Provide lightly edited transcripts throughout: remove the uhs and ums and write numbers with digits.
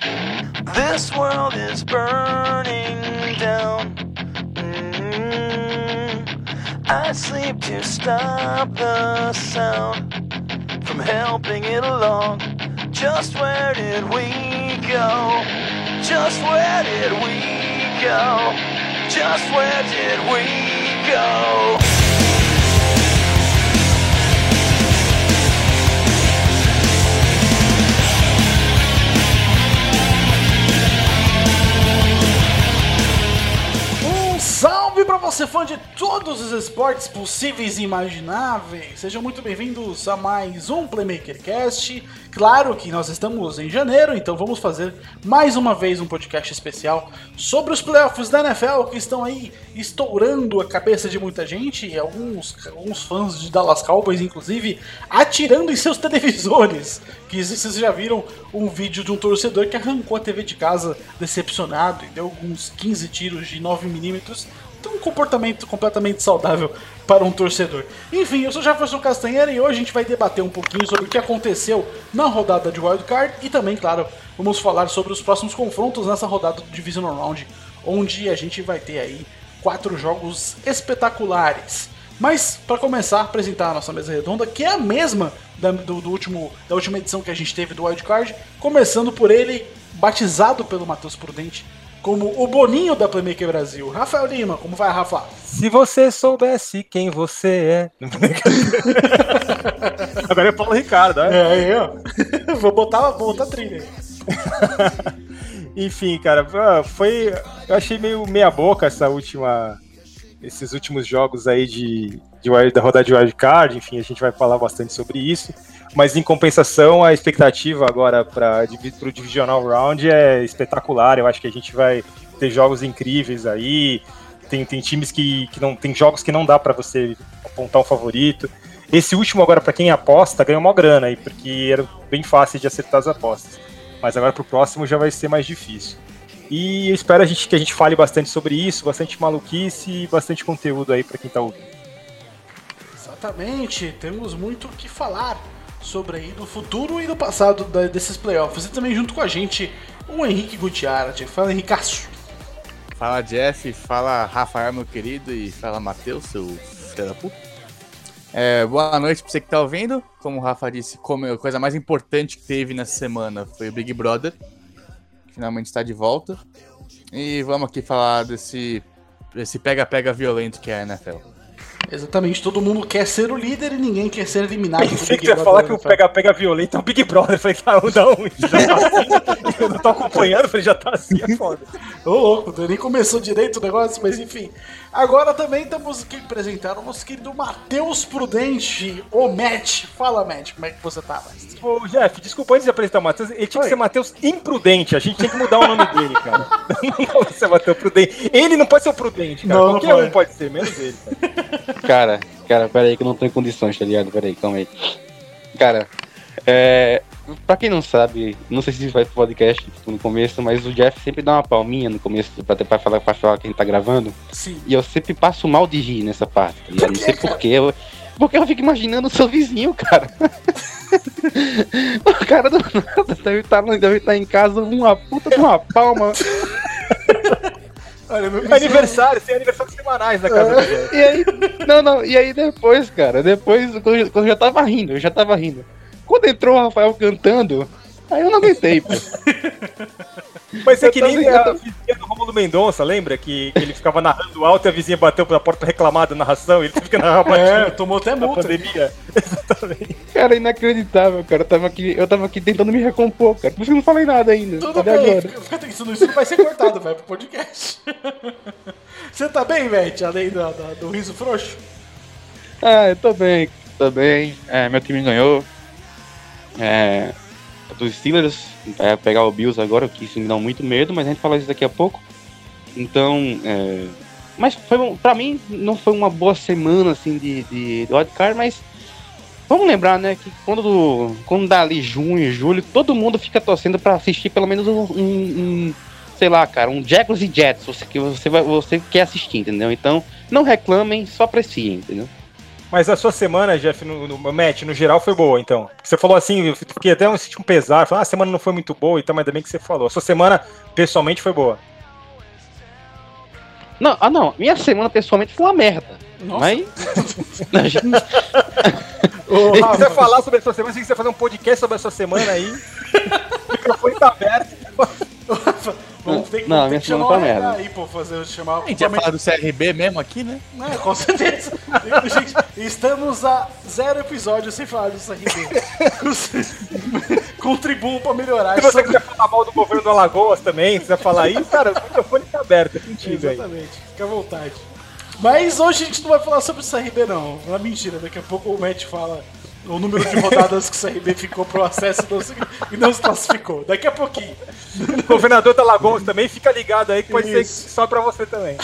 This world is burning down. I sleep to stop the sound from helping it along. Just where did we go? Just where did we go? Just where did we go? Salve pra você, fã de todos os esportes possíveis e imagináveis! Sejam muito bem-vindos a mais um PlaymakerCast. Claro que nós estamos em janeiro, então vamos fazer mais uma vez um podcast especial sobre os playoffs da NFL que estão aí estourando a cabeça de muita gente, e alguns fãs de Dallas Cowboys, inclusive, atirando em seus televisores. Que vocês já viram um vídeo de um torcedor que arrancou a TV de casa decepcionado e deu alguns 15 tiros de 9mm. Então, um comportamento completamente saudável para um torcedor. Enfim, eu sou Jefferson Castanheira e hoje a gente vai debater um pouquinho sobre o que aconteceu na rodada de Wild Card e também, claro, vamos falar sobre os próximos confrontos nessa rodada do Divisional Round, onde a gente vai ter aí 4 jogos espetaculares. Mas, para começar a apresentar a nossa mesa redonda, que é a mesma da última edição que a gente teve do Wild Card, começando por ele, batizado pelo Matheus Prudente como o Boninho da Playmaker Brasil. Rafael Lima, como vai, Rafa? Se você soubesse quem você é... Agora é Paulo Ricardo, né? É, aí, ó. Vou botar a trilha. Enfim, cara, eu achei meio meia boca esses últimos jogos aí da rodada de Wild Card. Enfim, a gente vai falar bastante sobre isso. Mas em compensação, a expectativa agora para o Divisional Round é espetacular. Eu acho que a gente vai ter jogos incríveis aí. Tem times que não tem jogos que não dá para você apontar um favorito. Esse último agora, para quem aposta, ganhou uma grana aí, porque era bem fácil de acertar as apostas. Mas agora pro próximo já vai ser mais difícil. E eu espero que a gente fale bastante sobre isso, bastante maluquice e bastante conteúdo aí para quem tá ouvindo. Exatamente, temos muito o que falar sobre aí do futuro e do passado desses playoffs. E também junto com a gente, o Henrique Gutiardi. Fala, Henricaço. Fala, Jeff. Fala, Rafael, meu querido. E fala, Matheus, seu filho da puta. Boa noite pra você que tá ouvindo. Como o Rafa disse, a coisa mais importante que teve nessa semana foi o Big Brother, que finalmente está de volta. E vamos aqui falar desse pega-pega violento que é a NFL. Exatamente, todo mundo quer ser o líder e ninguém quer ser eliminado. Pensei que você ia falar que o pega-pega violento é o Big Brother. Eu falei, da onde? Já tá assim? Eu não tô acompanhando, falei, já tá assim, é foda. Ô louco, nem começou direito o negócio, mas enfim. Agora também temos que apresentar o nosso querido Matheus Prudente, o Matt. Fala, Matt, como é que você tá, mestre? Ô, Jeff, desculpa, antes de apresentar o Matheus, ele tinha que ser Matheus Imprudente. A gente tinha que mudar o nome dele, cara. Não pode ser Matheus Prudente. Ele não pode ser o Prudente, cara. Qualquer um pode ser, menos ele, cara. Cara, pera aí que eu não tô em condições, tá ligado? Pera aí, calma aí. Cara, pra quem não sabe, não sei se vai pro podcast no começo, mas o Jeff sempre dá uma palminha no começo pra falar que a gente tá gravando. Sim. E eu sempre passo mal de rir nessa parte, tá ligado? Não sei porquê. Porque eu fico imaginando o seu vizinho, cara. O cara do nada deve estar em casa uma puta de uma palma. Olha, meu aniversário, tem aniversários semanais na casa dele. E aí, e aí depois, cara, quando eu já tava rindo. Quando entrou o Rafael cantando, aí eu não aguentei, pô. Mas é que nem a vizinha do Rômulo Mendonça, lembra? Que ele ficava narrando alto e a vizinha bateu pela porta reclamar da narração e ele fica narrando baixinho. Tomou até multa. Pandemia. Exatamente. Cara, inacreditável, cara. Eu tava aqui tentando me recompor, cara. Por isso que eu não falei nada ainda. Tudo bem, agora? Fica pensando, isso não vai ser cortado, vai pro podcast. Você tá bem, Matt? Além do riso frouxo? Eu tô bem. Meu time ganhou. Dos Steelers, vai pegar o Bills agora, que isso me dá muito medo, mas a gente fala isso daqui a pouco. Então, mas pra mim não foi uma boa semana assim de wildcard, mas vamos lembrar, né, que quando dá ali junho, julho, todo mundo fica torcendo pra assistir pelo menos sei lá, cara, um Jaguars e Jets, você quer assistir, entendeu? Então, não reclamem, só apreciem, entendeu? Mas a sua semana, Jeff, Matt, no geral foi boa, então. Você falou assim, eu fiquei até senti um pesar, falei, a semana não foi muito boa, então, mas ainda bem que você falou. A sua semana, pessoalmente, foi boa. Não, minha semana pessoalmente foi uma merda. Nossa. Mas. Se quiser falar sobre a sua semana, se quiser fazer um podcast sobre a sua semana aí, o microfone tá aberto. Vamos ter que, Não, vamos ter minha que semana chamar foi o merda. RH aí, pô, chamar A gente ia falar do CRB mesmo aqui, né? É, com certeza. Gente, estamos a 0 episódios sem falar do CRB. Contribuam pra melhorar. Se você quiser falar mal do governo do Alagoas também, quiser falar aí, cara, o microfone tá aberto, é contigo aí. Exatamente, fica à vontade. Mas hoje a gente não vai falar sobre o CRB, não. Não é mentira, daqui a pouco o Matt fala o número de rodadas que o CRB ficou pro acesso e não se classificou. Daqui a pouquinho. O governador da Alagoas também, fica ligado aí que pode Isso. ser só pra você também.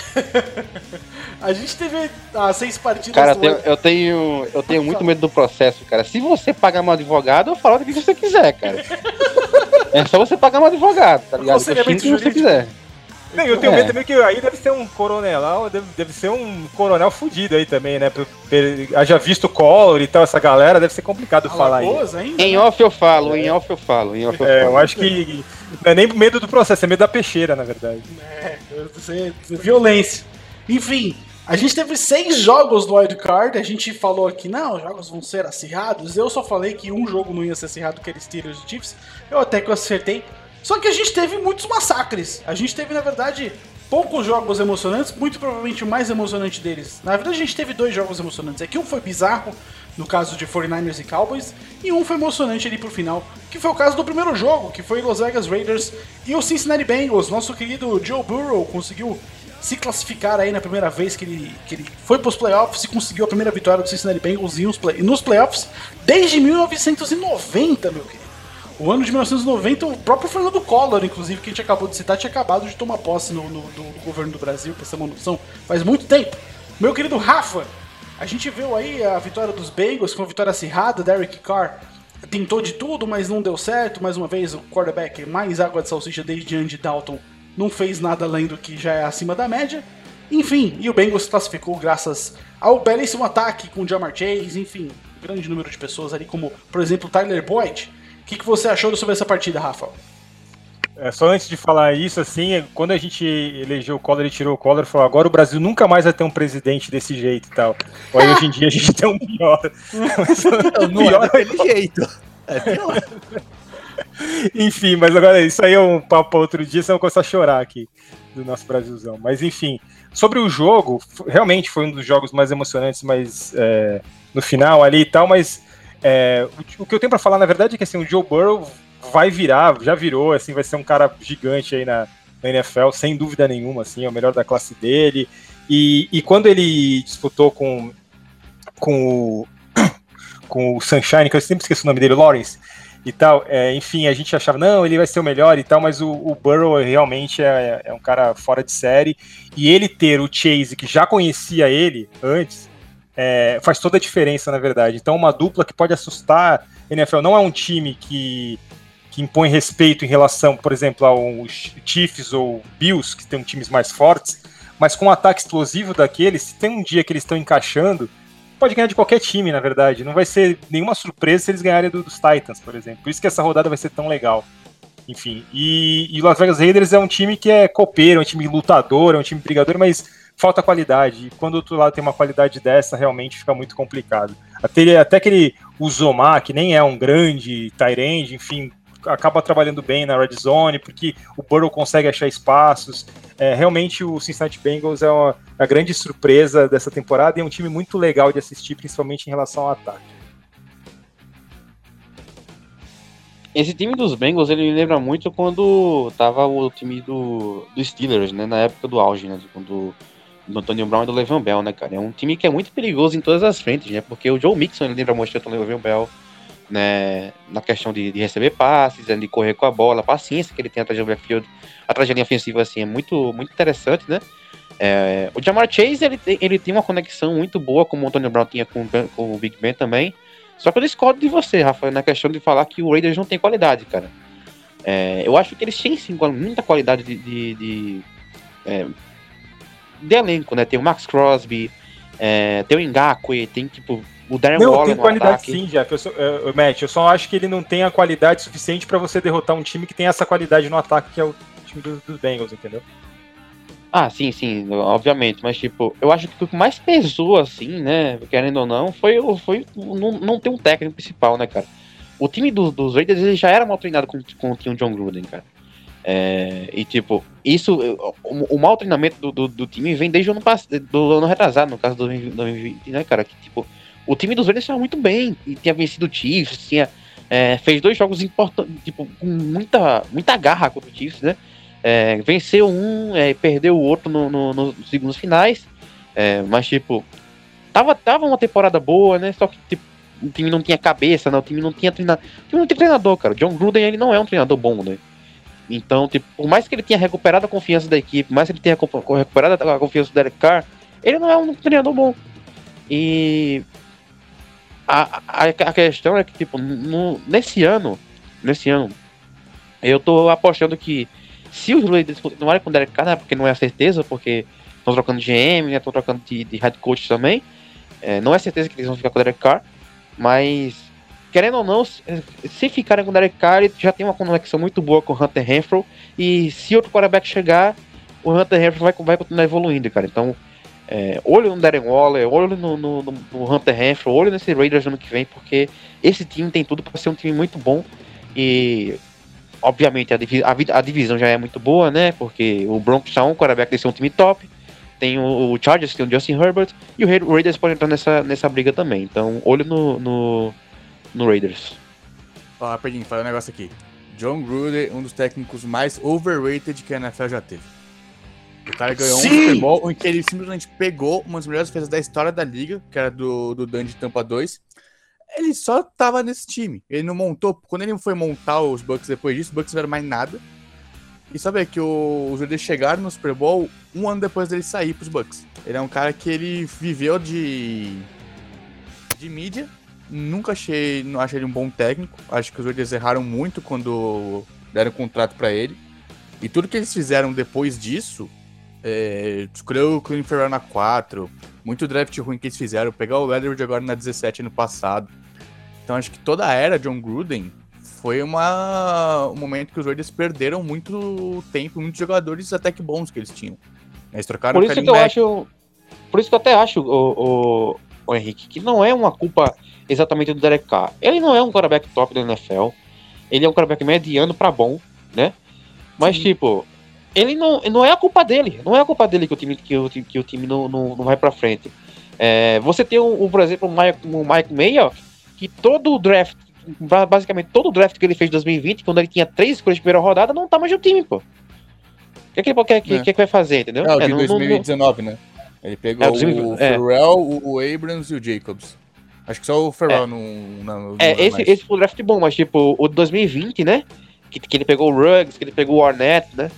A gente teve 6 partidas Cara, do ano. eu tenho muito medo do processo, cara. Se você pagar um advogado, eu falo do que você quiser, cara. É só você pagar um advogado, tá ligado? Eu xingo o que você quiser. Não, eu tenho medo também que aí deve ser um coronel, deve ser um coronel fudido aí também, né? Haja visto o Collor e tal, essa galera, deve ser complicado falar aí. Alagoas ainda? Em off eu falo. Eu acho que não é nem medo do processo, é medo da peixeira, na verdade. Violência. Enfim, a gente teve 6 jogos do Wild Card. A gente falou aqui, não, os jogos vão ser acirrados. Eu só falei que um jogo não ia ser acirrado, que era Steelers e Chiefs. Eu até que eu acertei. Só que a gente teve muitos massacres. A gente teve, na verdade, poucos jogos emocionantes. Muito provavelmente o mais emocionante deles. Na verdade, a gente teve 2 jogos emocionantes. É que um foi bizarro, no caso de 49ers e Cowboys, e um foi emocionante ali pro final, que foi o caso do primeiro jogo, que foi Los Angeles Raiders e o Cincinnati Bengals. Nosso querido Joe Burrow conseguiu se classificar aí na primeira vez que ele foi pros playoffs e conseguiu a primeira vitória do Cincinnati Bengals e nos playoffs desde 1990, meu querido. O ano de 1990, o próprio Fernando Collor, inclusive, que a gente acabou de citar, tinha acabado de tomar posse no governo do Brasil, pra ser uma noção, faz muito tempo. Meu querido Rafa, a gente viu aí a vitória dos Bengals, com uma vitória acirrada. Derek Carr tentou de tudo, mas não deu certo. Mais uma vez, o quarterback mais água de salsicha desde Andy Dalton não fez nada além do que já é acima da média. Enfim, e o Bengals se classificou graças ao belíssimo ataque com o Ja'Marr Chase, enfim, um grande número de pessoas ali, como, por exemplo, Tyler Boyd. O que você achou sobre essa partida, Rafa? Só antes de falar isso, assim, quando a gente elegeu o Collor e tirou o Collor, falou, agora o Brasil nunca mais vai ter um presidente desse jeito e tal. Aí hoje em dia a gente tem um pior. Não é daquele jeito. É pior. Enfim, mas agora isso aí é um papo para outro dia, senão eu vou começar a chorar aqui do nosso Brasilzão. Mas enfim, sobre o jogo, realmente foi um dos jogos mais emocionantes, mas no final ali e tal, mas o que eu tenho para falar, na verdade, é que assim, o Joe Burrow vai virar, já virou, assim, vai ser um cara gigante aí na NFL, sem dúvida nenhuma, assim, é o melhor da classe dele. E quando ele disputou com o Sunshine, que eu sempre esqueço o nome dele, Lawrence, e tal, enfim, a gente achava, não, ele vai ser o melhor e tal, mas o Burrow realmente é um cara fora de série, e ele ter o Chase, que já conhecia ele antes, faz toda a diferença, na verdade. Então, uma dupla que pode assustar a NFL, não é um time que impõe respeito em relação, por exemplo, aos Chiefs ou Bills, que tem times mais fortes, mas com um ataque explosivo daqueles, se tem um dia que eles estão encaixando, pode ganhar de qualquer time, na verdade. Não vai ser nenhuma surpresa se eles ganharem dos Titans, por exemplo. Por isso que essa rodada vai ser tão legal. Enfim, e o Las Vegas Raiders é um time que é copeiro, é um time lutador, é um time brigador, mas falta qualidade. E quando o outro lado tem uma qualidade dessa, realmente fica muito complicado. Até aquele Uzomah, que nem é um grande tight end, enfim, acaba trabalhando bem na red zone, porque o Burrow consegue achar espaços. Realmente o Cincinnati Bengals é a grande surpresa dessa temporada e é um time muito legal de assistir, principalmente em relação ao ataque. Esse time dos Bengals, ele me lembra muito quando tava o time do Steelers, né, na época do auge, né, do Antonio Brown e do Le'Veon Bell, né, cara. É um time que é muito perigoso em todas as frentes, né, porque o Joe Mixon, ele lembra muito do Le'Veon Bell, né, na questão de receber passes, de correr com a bola, a paciência que ele tem atrás do backfield, atrás da linha ofensiva, assim, é muito, muito interessante, né. O Ja'Marr Chase, ele tem uma conexão muito boa, como o Antonio Brown tinha com o Big Ben também, só que eu discordo de você, Rafa, na questão de falar que o Raiders não tem qualidade, cara. Eu acho que eles têm, sim, muita qualidade de elenco, né, tem o Max Crosby, tem o Ngakwe, tem tipo o Darren Não, Waller tem no qualidade ataque. sim, Jeff. Matt, eu só acho que ele não tem a qualidade suficiente pra você derrotar um time que tem essa qualidade no ataque, que é o time dos Bengals, entendeu? Ah, sim, obviamente, mas tipo, eu acho que o que mais pesou, assim, né, querendo ou não, foi não ter um técnico principal, né, cara. O time dos Raiders, ele já era mal treinado com o time John Gruden, cara. E tipo, o mau treinamento do time vem desde o ano passado, do ano retrasado, no caso do 2020, né, cara, que tipo, o time dos Raiders estava muito bem, e tinha vencido o Chiefs, fez 2 jogos importantes, tipo, com muita garra contra o Chiefs, né. Venceu um, perdeu o outro nos segundos finais, mas tipo, tava uma temporada boa, né? Só que tipo, o time não tinha cabeça, né? O time não tinha treinador, cara. O John Gruden, ele não é um treinador bom, né? Então, tipo, por mais que ele tenha recuperado a confiança da equipe, por mais que ele tenha recuperado a confiança do Derek Carr, ele não é um treinador bom. E a questão é que, tipo, nesse ano, eu tô apostando que se os Raiders continuarem com o Derek Carr, né, porque não é a certeza, porque estão trocando de GM, estão trocando de head coach também, não é certeza que eles vão ficar com o Derek Carr, mas querendo ou não, se ficarem com o Derek Carr, ele já tem uma conexão muito boa com o Hunter Renfrow, e se outro quarterback chegar, o Hunter Renfrow vai continuar evoluindo, cara. Então, olho no Darren Waller, olho no Hunter Renfrow, olho nesse Raiders no ano que vem, porque esse time tem tudo para ser um time muito bom. E obviamente a divisão já é muito boa, né? Porque o Broncos tá um quarterback de ser um time top. Tem o Chargers, tem o Justin Herbert. E o Raiders pode entrar nessa briga também. Então, olho no Raiders. Ó, Pedrinho, falar um negócio aqui. John Gruden, um dos técnicos mais overrated que a NFL já teve. O cara ganhou um Super Bowl em que ele simplesmente pegou uma das melhores defesas da história da liga, que era do Dundee Tampa 2. Ele só tava nesse time. Ele não montou. Quando ele foi montar os Bucks depois disso, os Bucks não eram mais nada. E sabe que os Raiders chegaram no Super Bowl um ano depois dele sair pros Bucks. Ele é um cara que ele viveu de mídia. Não achei ele um bom técnico. Acho que os Raiders erraram muito quando deram contrato pra ele. E tudo que eles fizeram depois disso, escolheu o Clelin Ferrell na 4, muito draft ruim que eles fizeram, pegar o Leatherwood agora na 17 ano passado. Então acho que toda a era John Gruden foi um momento que os Raiders perderam muito tempo, muitos jogadores até que bons que eles tinham. Eles trocaram por isso que eu até acho, o Henrique, que não é uma culpa exatamente do Derek Carr. Ele não é um quarterback top da NFL, ele é um quarterback mediano pra bom, né? Mas sim, tipo, ele não é a culpa dele. Não é a culpa dele que o time não vai pra frente. Você tem, por exemplo, o Mike Mayock, que todo o draft, basicamente todo o draft que ele fez em 2020, quando ele tinha 3 escolhas de primeira rodada, não tá mais no time, pô. O que ele vai fazer, entendeu? O de 2019, né? Ele pegou o Ferrell, o Abrams e o Jacobs. Acho que só o Ferrell não esse foi o draft bom, mas tipo, o de 2020, né? Que ele pegou o Ruggs, que ele pegou o Arnett, né?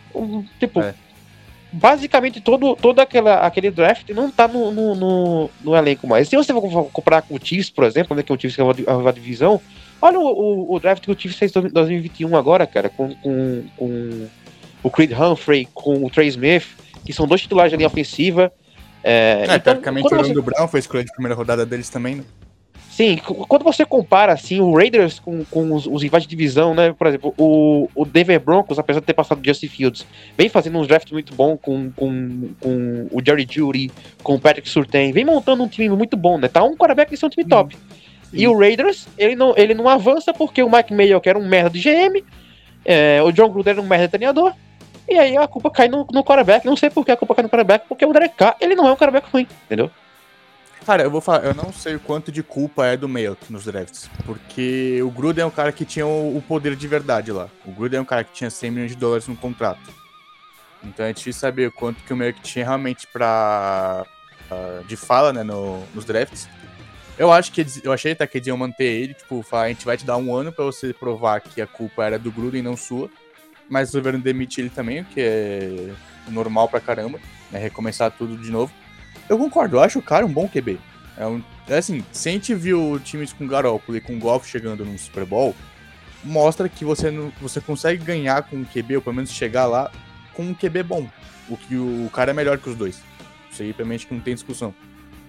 Basicamente todo aquele draft não tá no elenco mais. Se você for comparar com o Chiefs, por exemplo, né, que o Chiefs é a divisão, olha o draft que o Chiefs fez em 2021 agora, cara, com o Creed Humphrey, com o Trey Smith, que são 2 titulares ali ofensiva. Então, teoricamente o Orlando Brown foi escolha de primeira rodada deles também, né? Sim, quando você compara assim, o Raiders com os rivais de divisão, né? Por exemplo, o Denver Broncos, apesar de ter passado o Justin Fields, vem fazendo uns drafts muito bons com o Jerry Jeudy, com o Patrick Surtain, vem montando um time muito bom, né? Tá um quarterback de ser um time top. Sim. E o Raiders, ele não avança porque o Mike Mayock era um merda de GM, o John Gruden era um merda de treinador, e aí a culpa cai no quarterback. Não sei por que a culpa cai no quarterback, porque o Derek Carr, ele não é um quarterback ruim, entendeu? Cara, eu vou falar, eu não sei o quanto de culpa é do Mayock nos drafts, porque o Gruden é um cara que tinha o poder de verdade lá. O Gruden é um cara que tinha $100 milhões no contrato. Então é difícil saber o quanto que o Mayock tinha realmente de fala, né, nos drafts. Eu achei até que eles iam manter ele, tipo, falar, a gente vai te dar 1 ano pra você provar que a culpa era do Gruden e não sua, mas resolveram demitir ele também, o que é normal pra caramba, né, recomeçar tudo de novo. Eu concordo, eu acho o cara um bom QB. Assim, se a gente viu times com Garoppolo e com Goff chegando no Super Bowl, mostra que você consegue ganhar com um QB, ou pelo menos chegar lá com um QB bom. O cara é melhor que os dois. Isso aí, realmente, não tem discussão.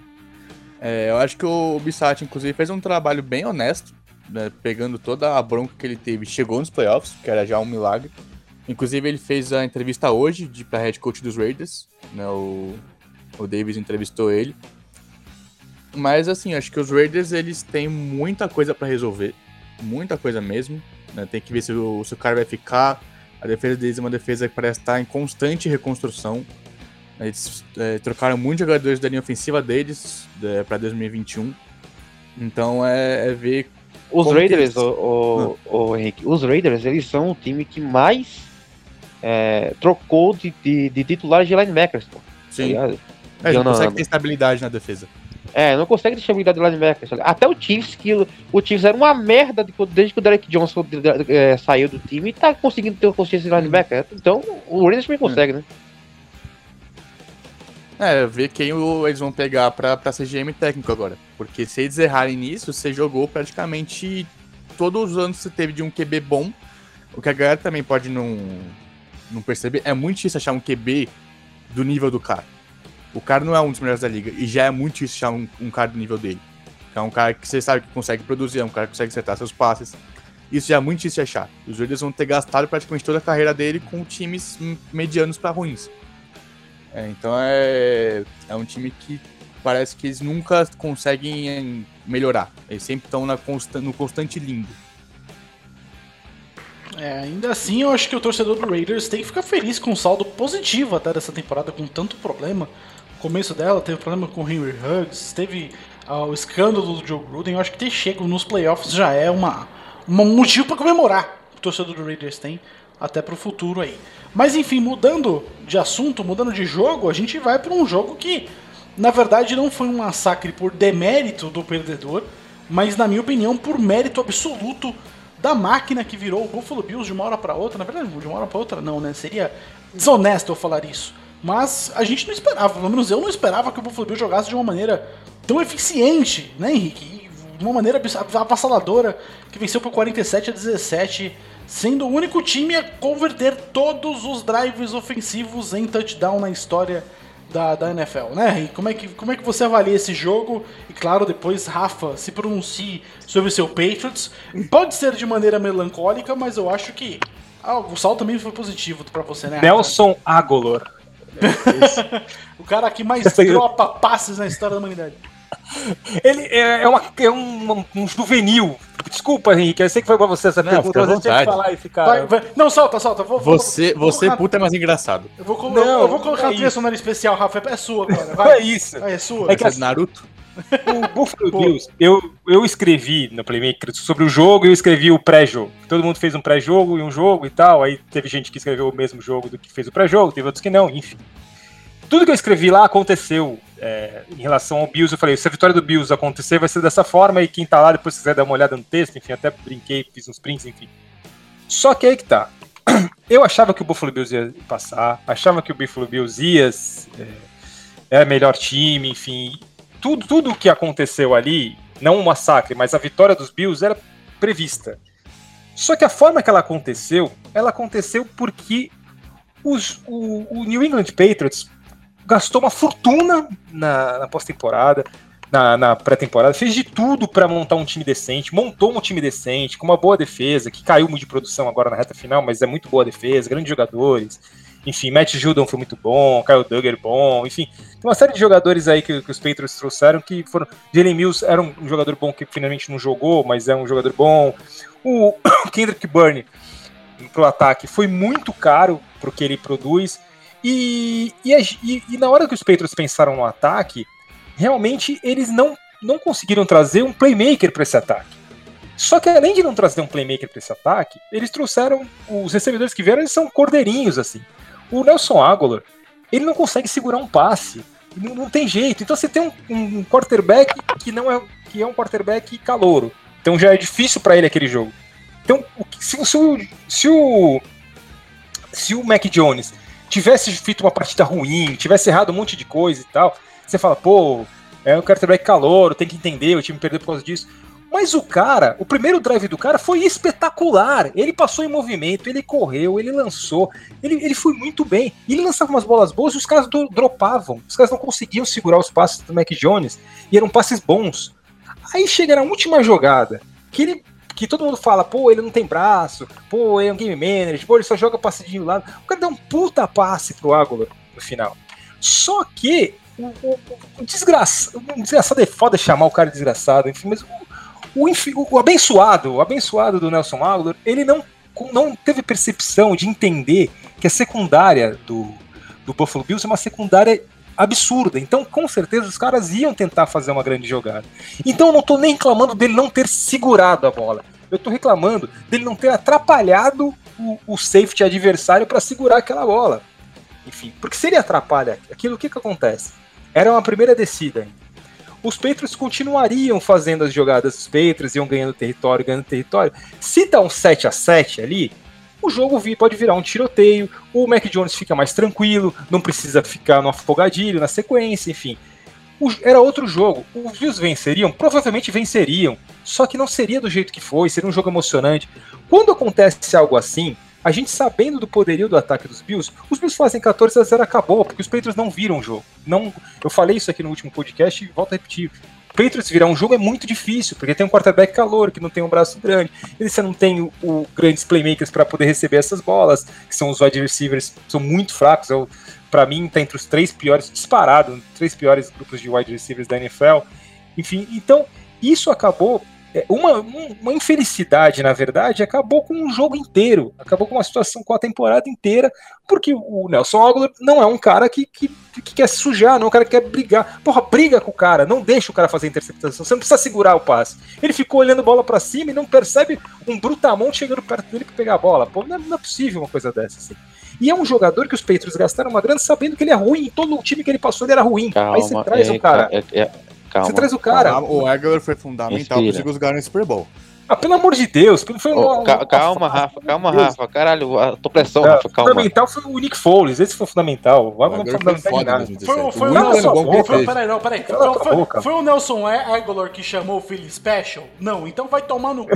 Eu acho que o Bissac, inclusive, fez um trabalho bem honesto, né, pegando toda a bronca que ele teve. Chegou nos playoffs, que era já um milagre. Inclusive, ele fez a entrevista hoje pra head coach dos Raiders, né, o Davis entrevistou ele. Mas, assim, acho que os Raiders, eles têm muita coisa pra resolver, muita coisa mesmo, né, tem que ver se o cara vai ficar. A defesa deles é uma defesa que parece estar em constante reconstrução. Eles trocaram muitos jogadores da linha ofensiva deles para 2021. Então é ver. Os Raiders, Henrique, os Raiders, eles são o time que mais trocou de titulares de linebackers. Pô. Sim. Mas não consegue ter estabilidade na defesa. Não consegue ter estabilidade de linebackers. Até o Chiefs, que o Chiefs era uma merda desde que o Derek Johnson saiu do time e tá conseguindo ter consciência de linebacker. Então o Raiders também consegue, né? Ver quem eles vão pegar pra ser GM técnico agora. Porque se eles errarem nisso, você jogou praticamente todos os anos que você teve de um QB bom. O que a galera também pode não perceber, é muito difícil achar um QB do nível do cara. O cara não é um dos melhores da liga, e já é muito difícil achar um cara do nível dele. É um cara que você sabe que consegue produzir, é um cara que consegue acertar seus passes. Isso já é muito difícil de achar. Os Raiders vão ter gastado praticamente toda a carreira dele com times medianos pra ruins. Então é um time que parece que eles nunca conseguem melhorar. Eles sempre estão no constante limbo. Ainda assim, eu acho que o torcedor do Raiders tem que ficar feliz com o saldo positivo até dessa temporada, com tanto problema. No começo dela teve problema com o Henry Huggs, teve o escândalo do Joe Gruden. Eu acho que ter chego nos playoffs já é um motivo para comemorar que o torcedor do Raiders tem até pro futuro aí. Mas enfim, mudando de assunto, mudando de jogo, a gente vai para um jogo que, na verdade, não foi um massacre por demérito do perdedor, mas, na minha opinião, por mérito absoluto da máquina que virou o Buffalo Bills de uma hora para outra. Na verdade, de uma hora para outra não, né? Seria desonesto eu falar isso. Mas a gente não esperava, pelo menos eu não esperava que o Buffalo Bills jogasse de uma maneira tão eficiente, né, Henrique? De uma maneira avassaladora, que venceu por 47-17, sendo o único time a converter todos os drives ofensivos em touchdown na história da NFL, né? E como é que você avalia esse jogo? E claro, depois Rafa se pronuncie sobre o seu Patriots. Pode ser de maneira melancólica, mas eu acho que o salto também foi positivo pra você, né, Rafa? Nelson Agholor. O cara que mais dropa passes na história da humanidade. Ele é um juvenil. Desculpa, Henrique, eu sei que foi pra você essa pergunta, mas eu tinha que falar esse cara. Não, solta. Você é puta, mas engraçado. Eu vou colocar a trilha sonora especial, Rafa. É sua agora. Vai. Não é isso. É sua. É que Naruto. O Buffalo Bills, eu escrevi no Playmaker sobre o jogo e eu escrevi o pré-jogo. Todo mundo fez um pré-jogo e um jogo e tal. Aí teve gente que escreveu o mesmo jogo do que fez o pré-jogo, teve outros que não, enfim. Tudo que eu escrevi lá aconteceu em relação ao Bills. Eu falei, se a vitória do Bills acontecer, vai ser dessa forma. E quem tá lá, depois se quiser dar uma olhada no texto, enfim, até brinquei, fiz uns prints, enfim. Só que aí que tá. Eu achava que o Buffalo Bills ia passar, achava que o Buffalo Bills era melhor time, enfim. Tudo o que aconteceu ali, não um massacre, mas a vitória dos Bills era prevista. Só que a forma que ela aconteceu porque o New England Patriots gastou uma fortuna na pós-temporada, na pré-temporada, fez de tudo para montar um time decente, montou um time decente, com uma boa defesa, que caiu muito de produção agora na reta final, mas é muito boa defesa, grandes jogadores, enfim, Matt Judon foi muito bom, Kyle Duggar bom, enfim, tem uma série de jogadores aí que os Patriots trouxeram que foram. Jalen Mills era um jogador bom que finalmente não jogou, mas é um jogador bom. O Kendrick Bourne pro ataque foi muito caro pro que ele produz. E na hora que os Patriots pensaram no ataque, realmente eles não conseguiram trazer um playmaker para esse ataque. Só que além de não trazer um playmaker para esse ataque, eles trouxeram, os recebedores que vieram, eles são cordeirinhos, assim. O Nelson Agholor, ele não consegue segurar um passe, não tem jeito. Então você tem um quarterback que é um quarterback calouro. Então já é difícil para ele aquele jogo. Então, se o Mac Jones tivesse feito uma partida ruim, tivesse errado um monte de coisa e tal, você fala, pô, é um quarterback calouro, tem que entender, o time perdeu por causa disso. Mas o primeiro drive do cara foi espetacular. Ele passou em movimento, ele correu, ele lançou, ele foi muito bem. E ele lançava umas bolas boas e os caras dropavam. Os caras não conseguiam segurar os passes do Mac Jones e eram passes bons. Aí chega na última jogada, que todo mundo fala, pô, ele não tem braço, pô, ele é um game manager, pô, ele só joga passe de lado. O cara deu um puta passe pro Agholor no final. Só que o desgraçado é foda chamar o cara de desgraçado, enfim, mas o abençoado do Nelson Agholor, ele não teve percepção de entender que a secundária do Buffalo Bills é uma secundária absurda. Então, com certeza, os caras iam tentar fazer uma grande jogada. Então, eu não tô nem reclamando dele não ter segurado a bola. Eu tô reclamando dele não ter atrapalhado o safety adversário para segurar aquela bola. Enfim, porque se ele atrapalha aquilo, o que acontece? Era uma primeira descida. Os Patriots continuariam fazendo as jogadas dos Patriots, iam ganhando território. Se dá um 7-7 ali, o jogo pode virar um tiroteio, o Mac Jones fica mais tranquilo, não precisa ficar no afogadilho, na sequência, enfim. Era outro jogo. Os Bills venceriam? Provavelmente venceriam, só que não seria do jeito que foi, seria um jogo emocionante. Quando acontece algo assim, a gente sabendo do poderio do ataque dos Bills, os Bills fazem 14-0, acabou, porque os Patriots não viram o jogo. Eu falei isso aqui no último podcast e volto a repetir. Patriots virar um jogo é muito difícil, porque tem um quarterback calor, que não tem um braço grande, e você não tem o grandes playmakers para poder receber essas bolas, que são os wide receivers, são muito fracos. Para mim, tá entre os 3 piores, disparado, 3 piores grupos de wide receivers da NFL. Enfim, então, isso acabou, uma infelicidade, na verdade, acabou com um jogo inteiro, acabou com uma situação, com a temporada inteira, porque o Nelson Agholor não é um cara que quer se sujar, não é um cara que quer brigar. Porra, briga com o cara, não deixa o cara fazer a interceptação, você não precisa segurar o passe. Ele ficou olhando a bola pra cima e não percebe um brutamonte chegando perto dele pra pegar a bola. Pô, não é possível uma coisa dessa, assim. E é um jogador que os Patriots gastaram uma grana sabendo que ele é ruim, todo o time que ele passou ele era ruim. Calma, aí você traz o cara. Calma, você traz o cara. O Agholor foi fundamental para os Eagles ganharem o Super Bowl. Pelo amor de Deus, foi calma, Rafa, caralho, tô pressão, Rafa, calma. Fundamental foi o Nick Foles, esse foi fundamental. Foi o Nelson Agholor que chamou o Philly Special? Não, então vai tomar no...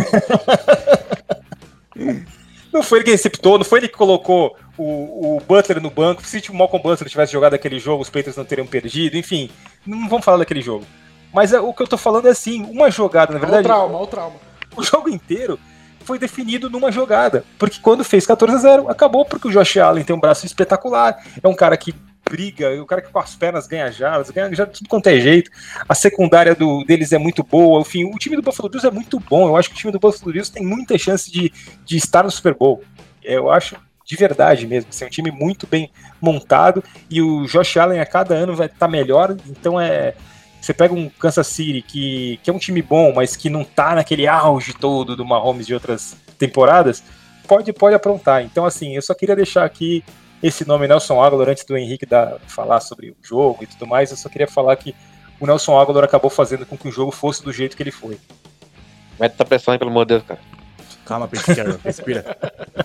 Não foi ele que receptou, não foi ele que colocou o Butler no banco. Se o Malcolm Butler tivesse jogado aquele jogo, os Patriots não teriam perdido. Enfim, não vamos falar daquele jogo. Mas o que eu tô falando é assim, uma jogada, na verdade... Olha o trauma. O jogo inteiro foi definido numa jogada. Porque quando fez 14-0, acabou porque o Josh Allen tem um braço espetacular. É um cara que briga, é um cara que com as pernas ganha jardas de tudo quanto é jeito. A secundária deles é muito boa. Enfim, o time do Buffalo Bills é muito bom. Eu acho que o time do Buffalo Bills tem muita chance de estar no Super Bowl. Eu acho de verdade mesmo. É um time muito bem montado. E o Josh Allen a cada ano vai estar melhor. Então você pega um Kansas City que é um time bom, mas que não tá naquele auge todo do Mahomes de outras temporadas, pode aprontar. Então, assim, eu só queria deixar aqui esse nome Nelson Agholor, antes do Henrique falar sobre o jogo e tudo mais, eu só queria falar que o Nelson Agholor acabou fazendo com que o jogo fosse do jeito que ele foi. Mete essa pressão aí, pelo amor de Deus, cara. Calma, Pedro, respira.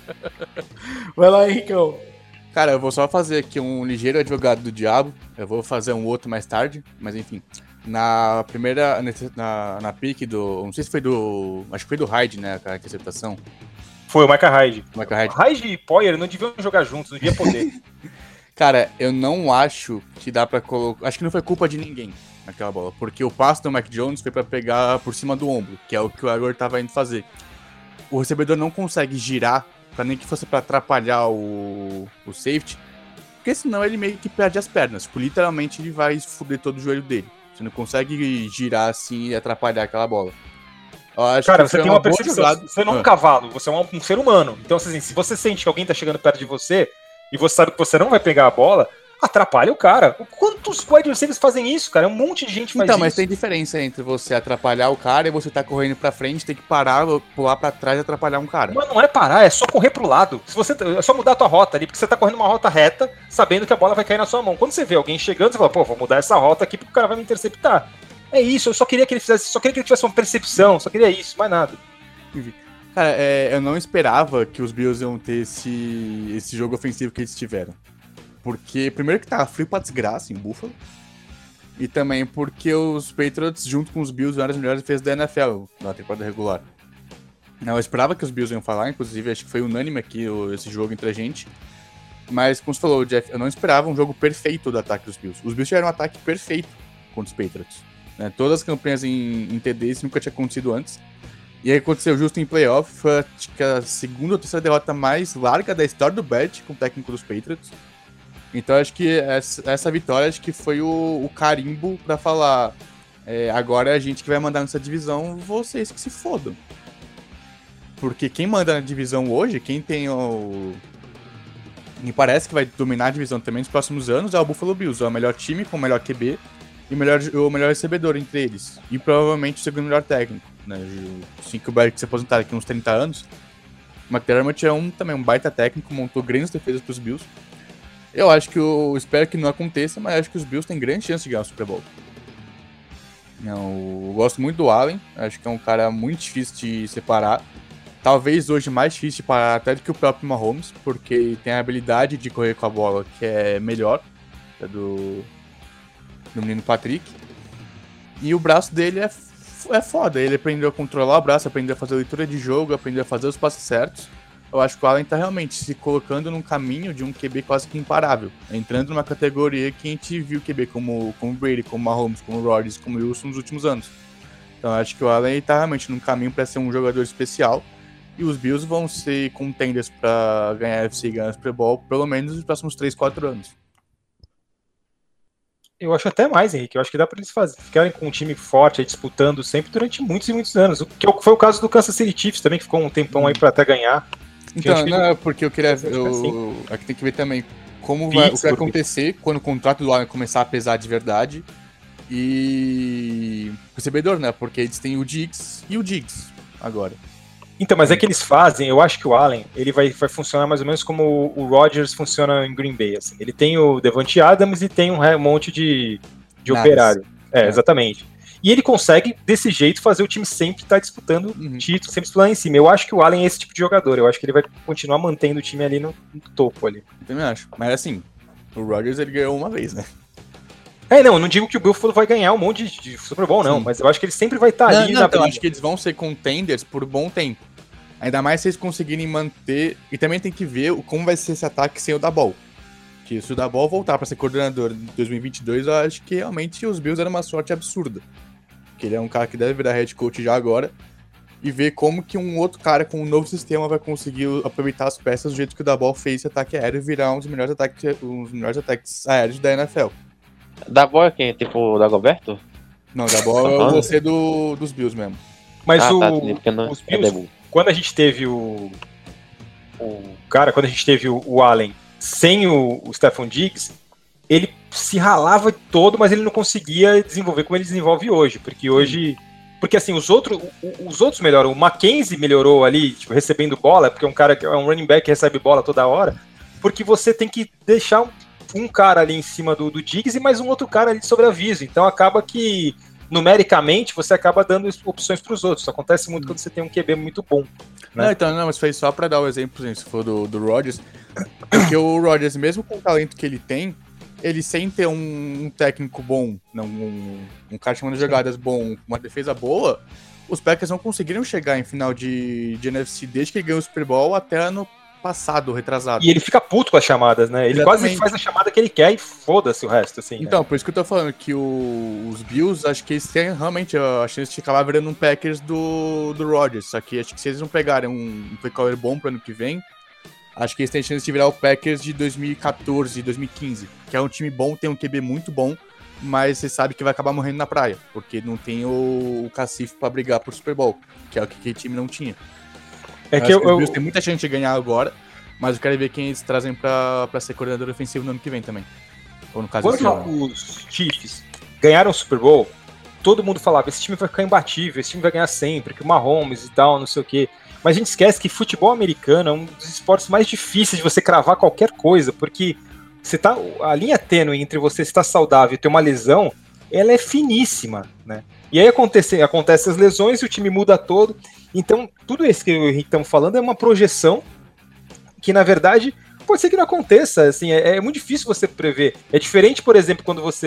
Vai lá, Henricão. Cara, eu vou só fazer aqui um ligeiro advogado do diabo. Eu vou fazer um outro mais tarde, mas enfim. Na primeira, na pick do... Não sei se foi do... Acho que foi do Hyde, né, a interceptação. Foi o Micah Hyde. Hyde e Poyer não deviam jogar juntos, não devia poder. Cara, eu não acho que dá pra colocar... Acho que não foi culpa de ninguém naquela bola. Porque o passe do Mac Jones foi pra pegar por cima do ombro, que é o que o Agholor tava indo fazer. O recebedor não consegue girar, pra nem que fosse pra atrapalhar o safety, porque senão ele meio que perde as pernas. Tipo, literalmente ele vai fuder todo o joelho dele. Você não consegue girar assim e atrapalhar aquela bola. Cara, você tem uma percepção. Você não é um cavalo, você é um ser humano. Então, assim, se você sente que alguém tá chegando perto de você e você sabe que você não vai pegar a bola, atrapalha o cara. Quantos wide receivers fazem isso, cara? Um monte de gente faz isso. Então, mas tem diferença entre você atrapalhar o cara e você tá correndo pra frente, tem que parar, pular pra trás e atrapalhar um cara. Mas não é parar, é só correr pro lado. É só mudar a tua rota ali, porque você tá correndo uma rota reta, sabendo que a bola vai cair na sua mão. Quando você vê alguém chegando, você fala, pô, vou mudar essa rota aqui porque o cara vai me interceptar. É isso, eu só queria que ele fizesse, só queria que ele tivesse uma percepção, só queria isso, mais nada. Cara, eu não esperava que os Bills iam ter esse jogo ofensivo que eles tiveram. Porque, primeiro que tava frio pra desgraça em Buffalo. E também porque os Patriots, junto com os Bills, eram as melhores defesas da NFL na temporada regular. Eu esperava que os Bills iam falar, inclusive acho que foi unânime aqui esse jogo entre a gente. Mas, como você falou, Jeff, eu não esperava um jogo perfeito do ataque dos Bills. Os Bills tiveram um ataque perfeito contra os Patriots. Né? Todas as campanhas em TD, isso nunca tinha acontecido antes. E aí aconteceu justo em playoff, foi acho que a segunda ou terceira derrota mais larga da história do Belichick com o técnico dos Patriots. Então acho que essa vitória acho que foi o carimbo pra falar agora é a gente que vai mandar nessa divisão, vocês que se fodam. Porque quem manda na divisão hoje, quem tem me parece que vai dominar a divisão também nos próximos anos é o Buffalo Bills, é o melhor time com o melhor QB e o melhor recebedor entre eles. E provavelmente o segundo melhor técnico, né? Assim que o Belichick se aposentar daqui uns 30 anos. O McDermott é também um baita técnico, montou grandes defesas pros Bills. Eu acho que espero que não aconteça, mas acho que os Bills têm grande chance de ganhar o Super Bowl. Eu gosto muito do Allen, acho que é um cara muito difícil de separar. Talvez hoje mais difícil de parar até do que o próprio Mahomes, porque ele tem a habilidade de correr com a bola que é melhor do menino Patrick. E o braço dele é foda, ele aprendeu a controlar o braço, aprendeu a fazer a leitura de jogo, aprendeu a fazer os passes certos. Eu acho que o Allen tá realmente se colocando num caminho de um QB quase que imparável, entrando numa categoria que a gente viu QB como Brady, como Mahomes, como Rodgers, como Wilson nos últimos anos. Então eu acho que o Allen tá realmente num caminho para ser um jogador especial. E os Bills vão ser contenders para ganhar a FC e ganhar o Super Bowl pelo menos nos próximos 3-4 anos. Eu acho até mais, Henrique. Eu acho que dá para eles ficarem com um time forte, aí, disputando sempre durante muitos e muitos anos. Que foi o caso do Kansas City Chiefs também, que ficou um tempão aí para até ganhar. Então, não, porque eu queria ver. Aqui tem que ver também o que vai acontecer quando o contrato do Allen começar a pesar de verdade. E o recebedor, né? Porque eles têm o Diggs e o Diggs agora. Então, mas é que eles fazem, eu acho que o Allen, ele vai funcionar mais ou menos como o Rodgers funciona em Green Bay, assim. Ele tem o Devontae Adams e tem um monte de operário. Exatamente. E ele consegue, desse jeito, fazer o time sempre estar disputando título, sempre disputando em cima. Eu acho que o Allen é esse tipo de jogador, eu acho que ele vai continuar mantendo o time ali no topo ali. Eu também acho. Mas assim, o Rodgers ele ganhou uma vez, né? Não, eu não digo que o Buffalo vai ganhar um monte de Super Bowl, não, mas eu acho que ele sempre vai estar ali na briga. Eu acho que eles vão ser contenders por bom tempo. Ainda mais se eles conseguirem manter... E também tem que ver como vai ser esse ataque sem o Daboll. Que se o Daboll voltar para ser coordenador em 2022, eu acho que realmente os Bills eram uma sorte absurda. Porque ele é um cara que deve virar head coach já agora. E ver como que um outro cara com um novo sistema vai conseguir aproveitar as peças do jeito que o Daboll fez esse ataque aéreo e virar um dos melhores ataques aéreos da NFL. Daboll é quem? Tipo o Dagoberto? Não, o Daboll é você dos Bills mesmo. Mas os Bills... Quando a gente teve quando a gente teve o Allen sem o Stephon Diggs, ele se ralava todo, mas ele não conseguia desenvolver como ele desenvolve hoje, porque assim, os outros melhoram, o Mackenzie melhorou ali, tipo, recebendo bola, porque é um cara que é um running back que recebe bola toda hora, porque você tem que deixar um cara ali em cima do Diggs e mais um outro cara ali de sobreaviso, então acaba que numericamente, você acaba dando opções para os outros. Isso acontece muito quando você tem um QB muito bom. Né? Mas foi só para dar o exemplo, se for do Rodgers, porque o Rodgers, mesmo com o talento que ele tem, ele sem ter um técnico bom, um cara chamando jogadas bom, uma defesa boa, os Packers não conseguiram chegar em final de NFC desde que ele ganhou o Super Bowl até ano passado, retrasado. E ele fica puto com as chamadas, né? Ele quase faz a chamada que ele quer e foda-se o resto, assim. Então, por isso que eu tô falando que os Bills, acho que eles têm realmente a chance de acabar virando um Packers do Rodgers. Só que acho que se eles não pegarem um play caller bom pro ano que vem, acho que eles têm chance de virar o Packers de 2014, 2015. Que é um time bom, tem um QB muito bom, mas você sabe que vai acabar morrendo na praia, porque não tem o cacife pra brigar pro Super Bowl, que é o que aquele time não tinha. Os Bills tem muita chance de ganhar agora, mas eu quero ver quem eles trazem pra ser coordenador ofensivo no ano que vem também. Ou no caso quando os Chiefs ganharam o Super Bowl, todo mundo falava, esse time vai ficar imbatível, esse time vai ganhar sempre, que o Mahomes e tal, não sei o quê. Mas a gente esquece que futebol americano é um dos esportes mais difíceis de você cravar qualquer coisa, porque a linha tênue entre você estar saudável e ter uma lesão, ela é finíssima, né? E aí acontecem as lesões e o time muda todo. Então, tudo isso que o Henrique estamos falando é uma projeção que, na verdade, pode ser que não aconteça. Assim, é muito difícil você prever. É diferente, por exemplo, quando você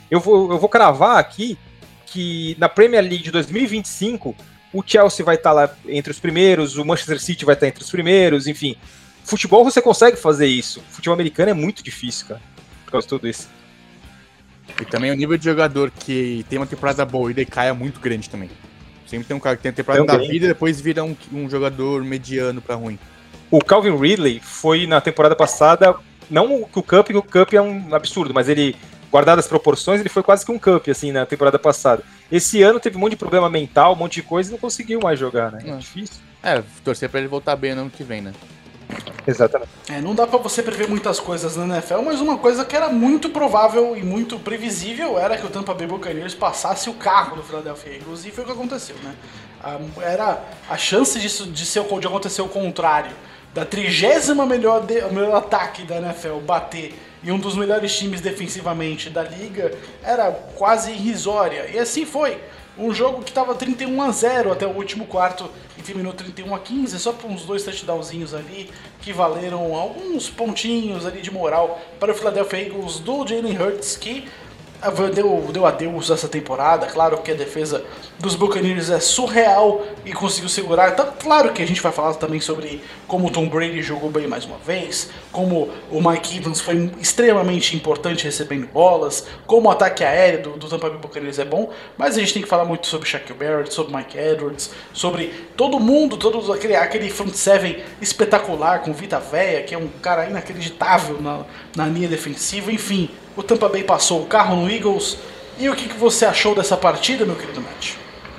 Eu vou cravar aqui que na Premier League de 2025 o Chelsea vai estar lá entre os primeiros, o Manchester City vai estar entre os primeiros, enfim. Futebol você consegue fazer isso. Futebol americano é muito difícil, cara, por causa de tudo isso. E também o nível de jogador que tem uma temporada boa e decai é muito grande também. Sempre tem um cara que tem a temporada da vida e depois vira um jogador mediano pra ruim. O Calvin Ridley foi na temporada passada, não que o Cup é um absurdo, mas ele, guardado as proporções, ele foi quase que um Cup, assim, na temporada passada. Esse ano teve um monte de problema mental, um monte de coisa e não conseguiu mais jogar, né? É difícil. Torcer pra ele voltar bem no ano que vem, né? Exatamente. Não dá pra você prever muitas coisas na NFL, mas uma coisa que era muito provável e muito previsível era que o Tampa Bay Buccaneers passasse o carro do Philadelphia Eagles, e foi o que aconteceu, né? Era a chance de acontecer o contrário, da 30ª melhor ataque da NFL bater em um dos melhores times defensivamente da liga, era quase irrisória, e assim foi. Um jogo que estava 31-0 até o último quarto e terminou 31-15, só por uns 2 touchdownzinhos ali, que valeram alguns pontinhos ali de moral para o Philadelphia Eagles do Jalen Hurts, que deu adeus essa temporada. Claro que a defesa dos Buccaneers é surreal e conseguiu segurar. Então, claro que a gente vai falar também sobre como o Tom Brady jogou bem mais uma vez, como o Mike Evans foi extremamente importante recebendo bolas, como o ataque aéreo do Tampa Bay Buccaneers é bom, mas a gente tem que falar muito sobre Shaquille Barrett, sobre Mike Edwards, sobre todo mundo, aquele front seven espetacular com Vita Vea, que é um cara inacreditável na linha defensiva. Enfim, o Tampa Bay passou o carro no Eagles. E o que você achou dessa partida, meu querido Matt?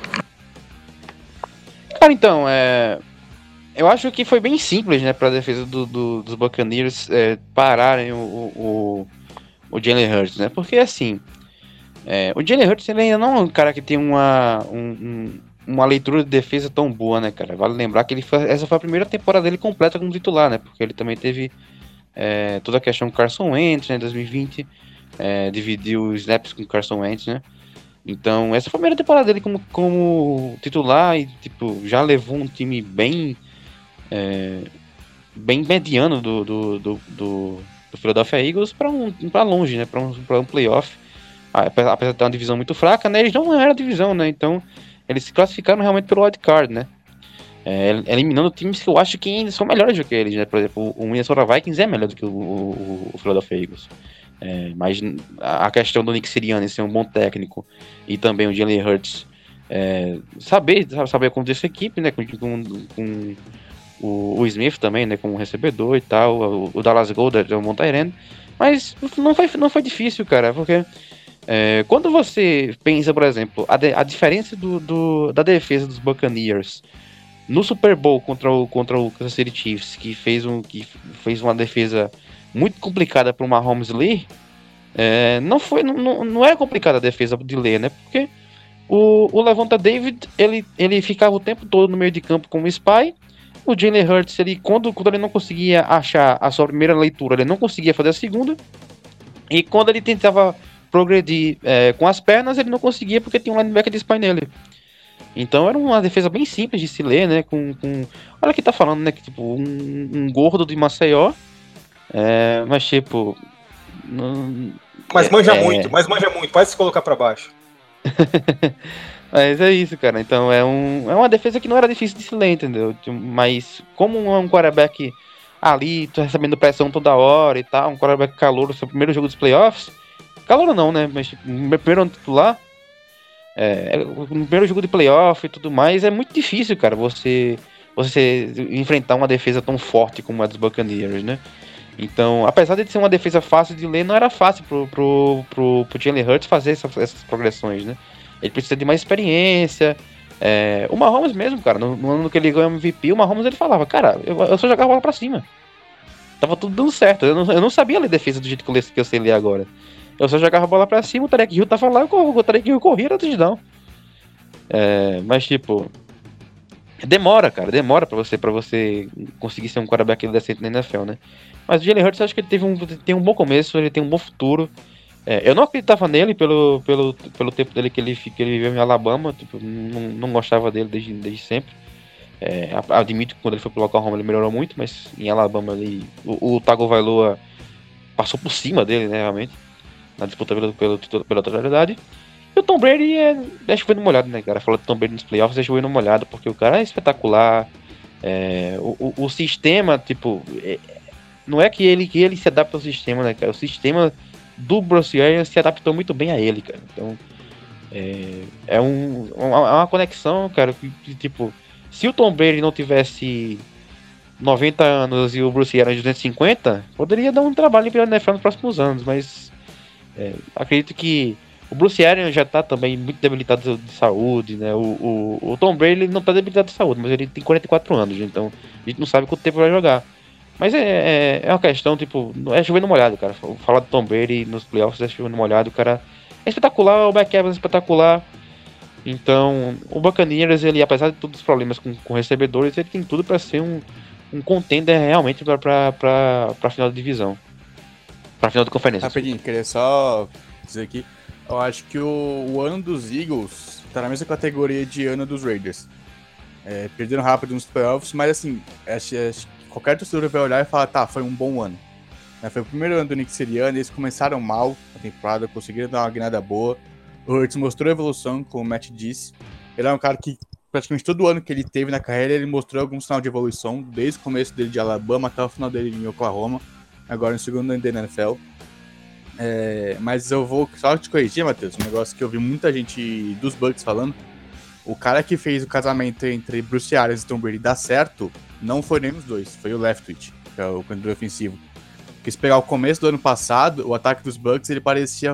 Cara, então, eu acho que foi bem simples, né, pra defesa dos Buccaneers pararem o Jalen Hurts, né, porque assim, o Jalen Hurts ele ainda não é um cara que tem uma leitura de defesa tão boa, né, cara. Vale lembrar que essa foi a primeira temporada dele completa como titular, né, porque ele também teve toda a questão com o Carson Wentz, né, em 2020, dividiu os snaps com o Carson Wentz, né. Então, essa foi a primeira temporada dele como titular e, tipo, já levou um time bem mediano do Philadelphia Eagles pra longe, né? Pra um playoff. Apesar de ter uma divisão muito fraca, né? Eles não eram a divisão, né? Então, eles se classificaram realmente pelo wild card, né? Eliminando times que eu acho que ainda são melhores do que eles, né? Por exemplo, o Minnesota Vikings é melhor do que o Philadelphia Eagles. Mas a questão do Nick Sirianni ser um bom técnico e também o Jalen Hurts saber conduzir essa equipe, né, com o Smith também, né, como recebedor e tal, o Dallas Goedert é um bom tight end, mas não foi difícil, cara, porque quando você pensa, por exemplo, a diferença da defesa dos Buccaneers no Super Bowl contra o Kansas City Chiefs, que fez uma defesa muito complicada para o Mahomes ler, não era complicada a defesa de ler, né? Porque o Lavonte David, ele ficava o tempo todo no meio de campo como spy. O Jalen Hurts, quando ele não conseguia achar a sua primeira leitura, ele não conseguia fazer a segunda. E quando ele tentava progredir com as pernas, ele não conseguia porque tinha um linebacker de spy nele. Então era uma defesa bem simples de se ler, né? Olha que tá falando, né? Que, tipo, um gordo de Maceió. Mas tipo. Mas manja muito, pode se colocar pra baixo. Mas é isso, cara. Então é uma defesa que não era difícil de se ler, entendeu? Mas como é um quarterback ali, tô recebendo pressão toda hora e tal, um quarterback calouro, seu primeiro jogo dos playoffs. Calouro não, né? Mas tipo, meu primeiro ano titular. O primeiro jogo de playoff e tudo mais, é muito difícil, cara, você enfrentar uma defesa tão forte como a dos Buccaneers, né? Então, apesar de ser uma defesa fácil de ler, não era fácil pro Jalen Hurts fazer essas progressões, né? Ele precisa de mais experiência. O Mahomes mesmo, cara, no ano que ele ganhou MVP, o Mahomes ele falava, cara, eu só jogava a bola pra cima. Tava tudo dando certo. Eu não sabia ler defesa do jeito que eu sei ler agora. Eu só jogava a bola pra cima, o Tarek Hill tava lá, o Tarek Hill corria, era touchdown. Mas tipo, demora pra você conseguir ser um quarterback decente na NFL, né? Mas o Jalen Hurts, eu acho que ele tem um bom começo, ele tem um bom futuro. Eu não acreditava nele pelo tempo dele que ele viveu em Alabama, tipo, não gostava dele desde sempre. Admito que quando ele foi pro Oklahoma ele melhorou muito, mas em Alabama o Tagovailoa passou por cima dele, né, realmente. na disputa pela titularidade. E o Tom Brady é chovendo molhado, né, cara? Fala do Tom Brady nos playoffs é chovendo molhado, porque o cara é espetacular. O sistema, tipo, não é que ele se adapta ao sistema, né, cara? O sistema do Bruce Arians se adaptou muito bem a ele, cara. Então, é uma conexão, cara, que, tipo, se o Tom Brady não tivesse 90 anos e o Bruce Arians 250, poderia dar um trabalho pela NFL nos próximos anos, mas acredito que o Bruce Arians já tá também muito debilitado de saúde, né? O Tom Brady ele não tá debilitado de saúde, mas ele tem 44 anos, então a gente não sabe quanto tempo vai jogar. Mas é uma questão, tipo, é chovendo molhado, cara. Falar do Tom Brady nos playoffs é chovendo molhado, o cara é espetacular, o Mike Evans é espetacular. Então, o Buccaneers, ele, apesar de todos os problemas com recebedores, ele tem tudo pra ser um contender realmente pra final de divisão. Pra final de conferência. Rapidinho, queria só dizer aqui, eu acho que o ano dos Eagles tá na mesma categoria de ano dos Raiders. Perderam rápido nos playoffs, mas assim, acho que qualquer torcedor vai olhar e falar, tá, foi um bom ano. Foi o primeiro ano do Nick Sirianni, eles começaram mal a temporada, conseguiram dar uma guinada boa. O Hurts mostrou evolução, como o Matt disse. Ele é um cara que praticamente todo ano que ele teve na carreira, ele mostrou algum sinal de evolução, desde o começo dele de Alabama até o final dele em Oklahoma, agora no segundo ano da NFL. Mas eu vou só te corrigir, Matheus, um negócio que eu vi muita gente dos Bucks falando. O cara que fez o casamento entre Bruce Arians e Tom Brady dar certo, não foi nem os dois, foi o Leftwich, que é o coordenador ofensivo. Porque se pegar o começo do ano passado, o ataque dos Bucks, ele parecia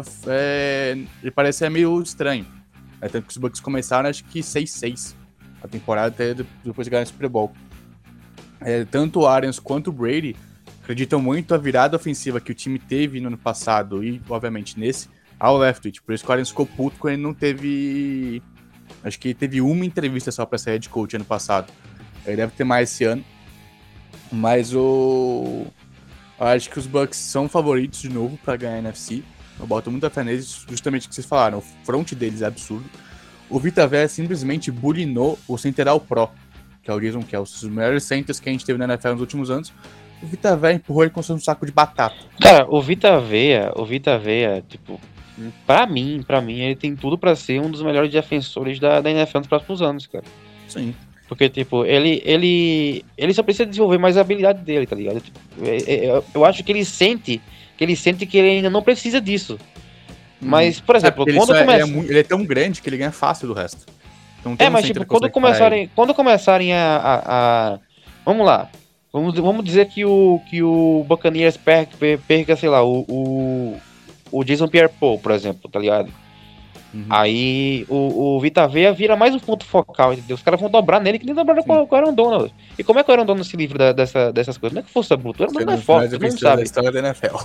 meio estranho. Tanto que os Bucks começaram, acho que 6-6 a temporada, até depois de ganhar o Super Bowl. Tanto o Arians quanto o Brady acreditam muito a virada ofensiva que o time teve no ano passado e, obviamente, nesse, ao Leftwich. Por isso que o Arians ficou puto quando ele não teve... Acho que ele teve uma entrevista só pra ser head coach ano passado. Ele deve ter mais esse ano. Mas eu acho que os Bucks são favoritos de novo pra ganhar a NFC. Eu boto muita fé neles, justamente o que vocês falaram. O front deles é absurdo. O Vita Vea simplesmente bulinou o Central Pro, que é o Jason Kelce, um dos melhores centers que a gente teve na NFL nos últimos anos. O Vita Vea empurrou ele como se fosse um saco de batata. Cara, o Vita Vea, tipo, pra mim, ele tem tudo pra ser um dos melhores defensores da NFL nos próximos anos, cara. Sim. Porque, tipo, ele só precisa desenvolver mais a habilidade dele, tá ligado? Tipo, eu acho que ele sente que ele ainda não precisa disso. Mas, por exemplo, quando começa... Ele é tão grande que ele ganha fácil do resto. Então, mas tipo, quando começarem a... Vamos lá. Vamos dizer que o Buccaneers perca, sei lá, o Jason Pierre-Paul, por exemplo, tá ligado? Uhum. Aí o Vita Vea vira mais um ponto focal, entendeu? Os caras vão dobrar nele que nem dobraram com o Aaron Donald. E como é que o Aaron Donald se livra dessas coisas? Não é que força bruta, o Aaron Donald não é forte, todo mundo sabe. Da história da NFL.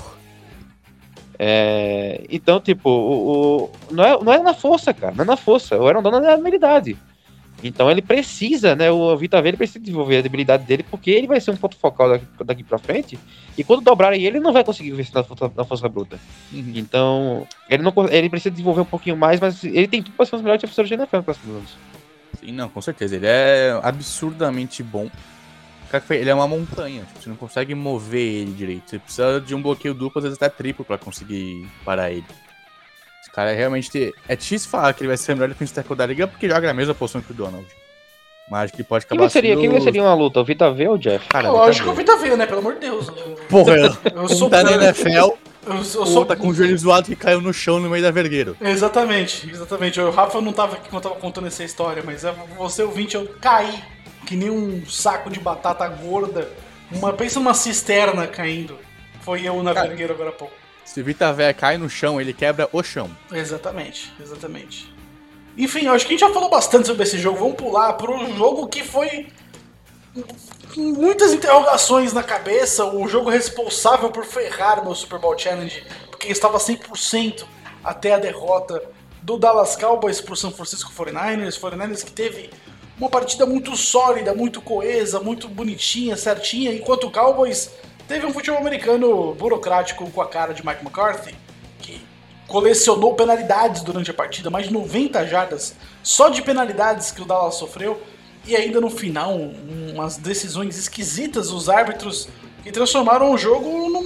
Então, tipo, não é na força, cara, não é na força. O Aaron Donald é a habilidade. Então ele precisa, né? O Vita Vea ele precisa desenvolver a debilidade dele, porque ele vai ser um ponto focal daqui pra frente. E quando dobrarem ele não vai conseguir vencer na força bruta. Uhum. Então, ele precisa desenvolver um pouquinho mais, mas ele tem tudo pra ser um dos melhores defensores de NFL nos próximos anos. Sim, não, com certeza. Ele é absurdamente bom. Ele é uma montanha, tipo, você não consegue mover ele direito. Você precisa de um bloqueio duplo, às vezes até triplo, pra conseguir parar ele. Esse cara realmente... É difícil falar que ele vai ser o melhor defensive tackle da liga, porque joga na mesma posição que o Donald. Mas acho que ele pode acabar Quem seria uma luta? O Vita Vea ou o Jeff? Cara, lógico que o Vita Vea, né? Pelo amor de Deus. Porra, eu sou tá na NFL... Tá com o joelho zoado que caiu no chão no meio da vergueira. Exatamente. O Rafa não tava aqui quando eu tava contando essa história, mas você ouvinte, eu caí que nem um saco de batata gorda. Pensa numa cisterna caindo. Foi eu na vergueira agora há pouco. Se o Vita Vea cai no chão, ele quebra o chão. Exatamente. Enfim, eu acho que a gente já falou bastante sobre esse jogo. Vamos pular pro jogo que foi... muitas interrogações na cabeça, o jogo responsável por ferrar no Super Bowl Challenge, porque estava 100% até a derrota do Dallas Cowboys para o San Francisco 49ers que teve uma partida muito sólida, muito coesa, muito bonitinha, certinha, enquanto o Cowboys teve um futebol americano burocrático com a cara de Mike McCarthy, que colecionou penalidades durante a partida, mais de 90 jardas só de penalidades que o Dallas sofreu. E ainda no final, umas decisões esquisitas dos árbitros que transformaram o jogo num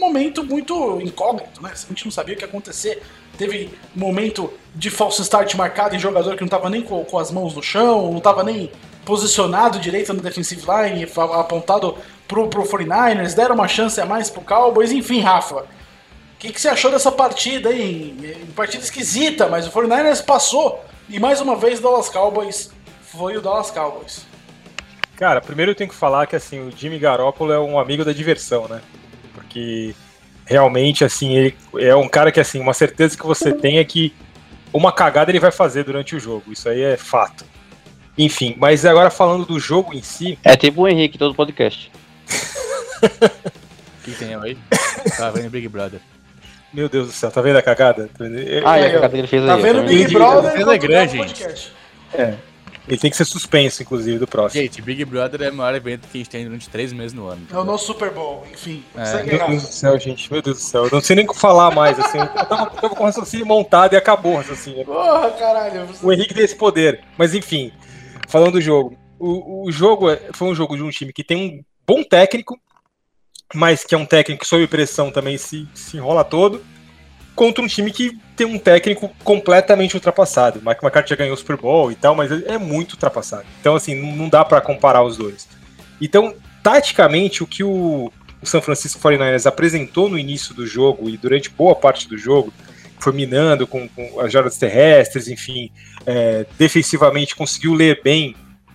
momento muito incógnito, né? A gente não sabia o que ia acontecer. Teve momento de falso start marcado em jogador que não tava nem com as mãos no chão, não tava nem posicionado direito no defensive line, apontado pro 49ers, deram uma chance a mais pro Cowboys, enfim, Rafa. O que você achou dessa partida aí? Partida esquisita, mas o 49ers passou e mais uma vez o Dallas Cowboys foi o Dallas Cowboys. Cara, primeiro eu tenho que falar que assim, o Jimmy Garoppolo é um amigo da diversão, né? Porque realmente, assim, ele é um cara que, assim, uma certeza que você tem é que uma cagada ele vai fazer durante o jogo. Isso aí é fato. Enfim, mas agora falando do jogo em si... É tipo o Henrique, todo podcast. O que tem aí? Tá vendo Big Brother. Meu Deus do céu, tá vendo a cagada? Ah, é a cagada que ele fez aí. Tá vendo o Big Brother Ele é grande, gente. Ele tem que ser suspenso, inclusive, do próximo. Gente, Big Brother é o maior evento que a gente tem durante 3 meses no ano. É o nosso Super Bowl, enfim. Meu Deus do céu, gente, meu Deus do céu. Eu não sei nem o que falar mais, assim. Eu tava com o raciocínio montado e acabou o raciocínio. Porra, caralho. O Henrique tem esse poder. Mas enfim, falando do jogo. O jogo foi um jogo de um time que tem um bom técnico, mas que é um técnico que sob pressão também se enrola todo, contra um time que tem um técnico completamente ultrapassado. O Mike McCarthy já ganhou o Super Bowl e tal, mas é muito ultrapassado. Então, assim, não dá para comparar os dois. Então, taticamente, o que o San Francisco 49ers apresentou no início do jogo e durante boa parte do jogo, foi minando com as jogadas terrestres, enfim, defensivamente conseguiu ler bem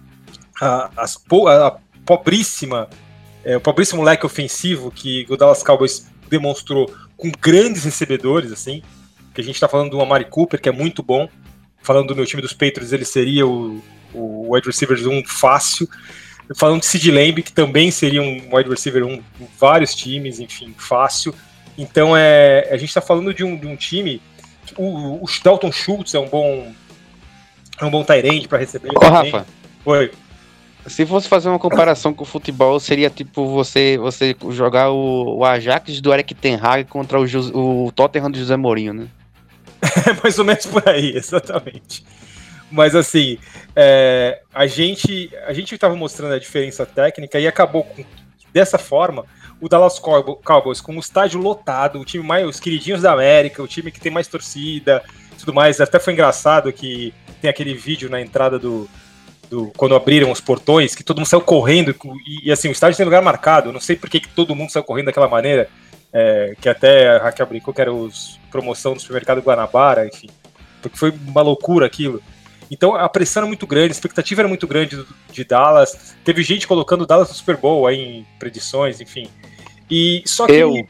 o pobríssimo leque ofensivo que o Dallas Cowboys demonstrou com grandes recebedores, assim, que a gente tá falando do Amari Cooper, que é muito bom. Falando do meu time dos Patriots, ele seria o wide receiver 1 fácil. Falando de Sid Lamb, que também seria um wide receiver 1 em vários times, enfim, fácil. Então a gente tá falando de um time. O Dalton Schultz é um bom tight end pra receber. Ô, Rafa. Oi. Se fosse fazer uma comparação com o futebol, seria tipo você jogar o Ajax do Erik ten Hag contra o Tottenham de José Mourinho, né? É mais ou menos por aí, exatamente. Mas assim, a gente estava mostrando a diferença técnica e acabou dessa forma o Dallas Cowboys com o estádio lotado, o time mais, os queridinhos da América, o time que tem mais torcida, tudo mais. Até foi engraçado que tem aquele vídeo na entrada quando abriram os portões, que todo mundo saiu correndo, e assim, o estádio tem lugar marcado, eu não sei por que todo mundo saiu correndo daquela maneira, que até a Raquel brincou que era promoção do supermercado Guanabara, enfim, porque foi uma loucura aquilo. Então a pressão era muito grande, a expectativa era muito grande de Dallas, teve gente colocando o Dallas no Super Bowl aí em predições, enfim, e só que...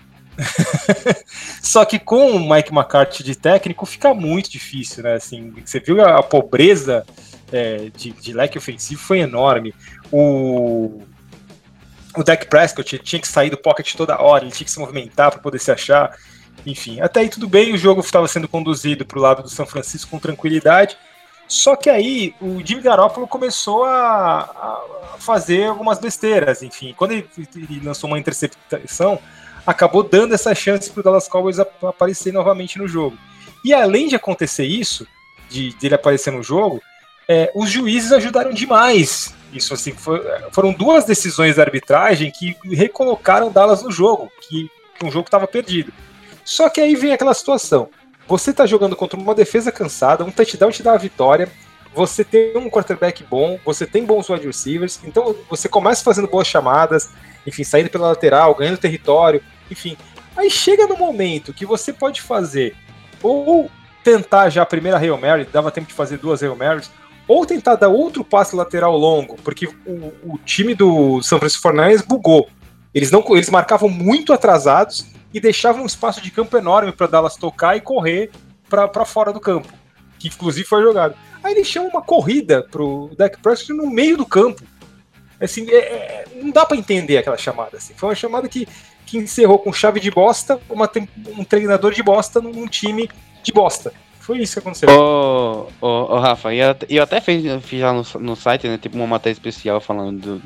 Só que com o Mike McCarthy de técnico fica muito difícil, né? Assim, você viu a pobreza de leque ofensivo foi enorme. O Dak Prescott tinha que sair do pocket toda hora, ele tinha que se movimentar para poder se achar. Enfim, até aí tudo bem, o jogo estava sendo conduzido para o lado do São Francisco com tranquilidade. Só que aí o Jimmy Garoppolo começou a fazer algumas besteiras. Enfim, quando ele lançou uma interceptação, acabou dando essa chance para o Dallas Cowboys aparecer novamente no jogo. E além de acontecer isso, de ele aparecer no jogo, os juízes ajudaram demais. Isso assim, foram 2 decisões da arbitragem que recolocaram Dallas no jogo, que um jogo estava perdido. Só que aí vem aquela situação. Você está jogando contra uma defesa cansada, um touchdown te dá a vitória, você tem um quarterback bom, você tem bons wide receivers, então você começa fazendo boas chamadas, enfim, saindo pela lateral, ganhando território, enfim. Aí chega no momento que você pode fazer ou tentar já a primeira Hail Mary, dava tempo de fazer 2 Hail Marys, ou tentar dar outro passe lateral longo, porque o time do San Francisco 49ers bugou. Eles marcavam muito atrasados e deixavam um espaço de campo enorme para Dallas tocar e correr para fora do campo, que inclusive foi jogado. Aí eles chamam uma corrida pro Dak Prescott no meio do campo. Assim, não dá para entender aquela chamada. Assim. Foi uma chamada que encerrou com chave de bosta, um treinador de bosta num time de bosta. Foi isso que aconteceu. Ô Rafa, eu até fiz lá no site, né, tipo uma matéria especial falando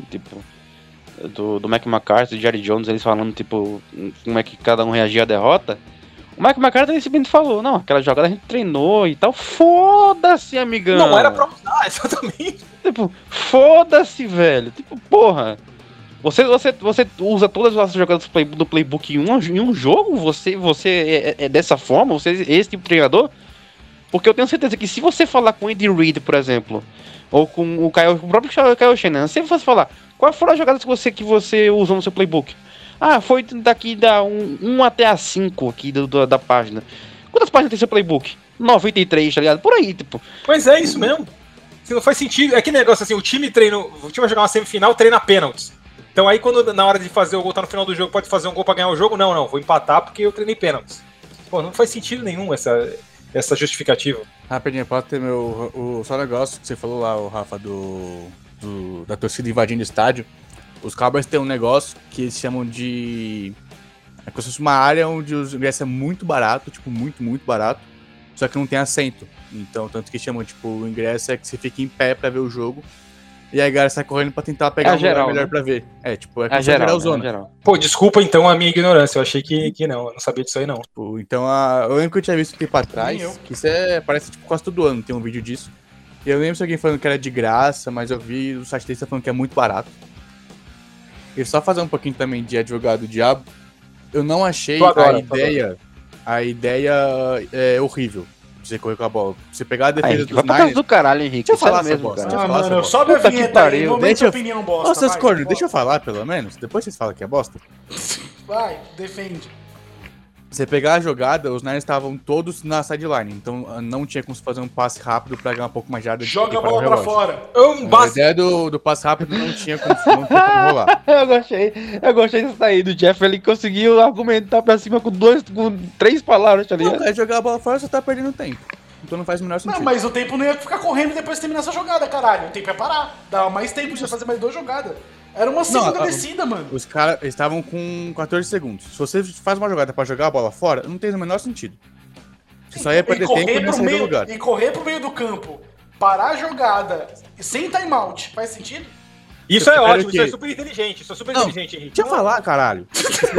do Mike McCarthy, do Jerry Jones, eles falando, tipo, como é que cada um reagia à derrota. O Mike McCarthy simplesmente falou, não, aquela jogada a gente treinou e tal, foda-se, amigão. Não era pra usar, exatamente. Tipo, foda-se, velho. Tipo, porra. Você usa todas as jogadas do playbook em um jogo? Você é dessa forma? Você é esse tipo de treinador? Porque eu tenho certeza que se você falar com o Andy Reid, por exemplo, ou com o próprio Kyle Shanahan, se você falar quais foram as jogadas que você usou no seu playbook? Ah, foi daqui da 1 até a 5 aqui da página. Quantas páginas tem seu playbook? 93, tá ligado? Por aí, tipo. Mas é isso mesmo. Não faz sentido. É que negócio assim, o time vai jogar uma semifinal, treina pênaltis. Então aí quando na hora de fazer o gol, tá no final do jogo, pode fazer um gol pra ganhar o jogo? Não, vou empatar porque eu treinei pênaltis. Pô, não faz sentido nenhum essa justificativa. Rapidinho, pode ter só um negócio que você falou lá, o Rafa, da torcida invadindo o estádio. Os Cowboys têm um negócio que eles chamam de... É como se fosse uma área onde os ingressos é muito barato, tipo, muito, muito barato, só que não tem assento. Então, tanto que chamam, tipo, o ingresso é que você fica em pé pra ver o jogo, e aí a galera sai correndo pra tentar pegar um lugar melhor, né? Pra ver. É, tipo, é geral. Pô, desculpa então a minha ignorância, eu achei que não, eu não sabia disso aí não. Tipo, então, eu lembro que eu tinha visto um tempo atrás, que isso parece, tipo, quase todo ano tem um vídeo disso. E eu lembro se alguém falando que era de graça, mas eu vi o site deles falando que é muito barato. E só fazer um pouquinho também de advogado do diabo, eu não achei a ideia horrível. Você correr com a bola. Você pegar a defesa dos Niners... do caralho, Henrique. Deixa eu falar mesmo, cara. Mano, sobe a vinheta aí, momento de opinião bosta. Nossa, seus cornos, deixa eu falar, pelo menos. Depois vocês falam que é bosta. Vai, defende. Você pegar a jogada, os Niners estavam todos na sideline, então não tinha como se fazer um passe rápido pra ganhar um pouco mais de jarda. Joga a bola pra fora. A ideia do passe rápido não tinha como rolar. Eu gostei disso aí do Jeff, ele conseguiu argumentar pra cima com 3 palavras, tá ligado? Não, é jogar a bola fora, você tá perdendo tempo. Então não faz o menor sentido. Não, mas o tempo não ia ficar correndo depois de terminar essa jogada, caralho. O tempo ia parar. Dava mais tempo de fazer mais 2 jogadas. Era uma segunda descida, mano. Os caras estavam com 14 segundos. Se você faz uma jogada pra jogar a bola fora, não tem o menor sentido. Você só ia perder tempo e não sair do lugar. E correr pro meio do campo, parar a jogada sem timeout, faz sentido? Isso é ótimo, isso é super inteligente, Henrique. Deixa eu falar, caralho.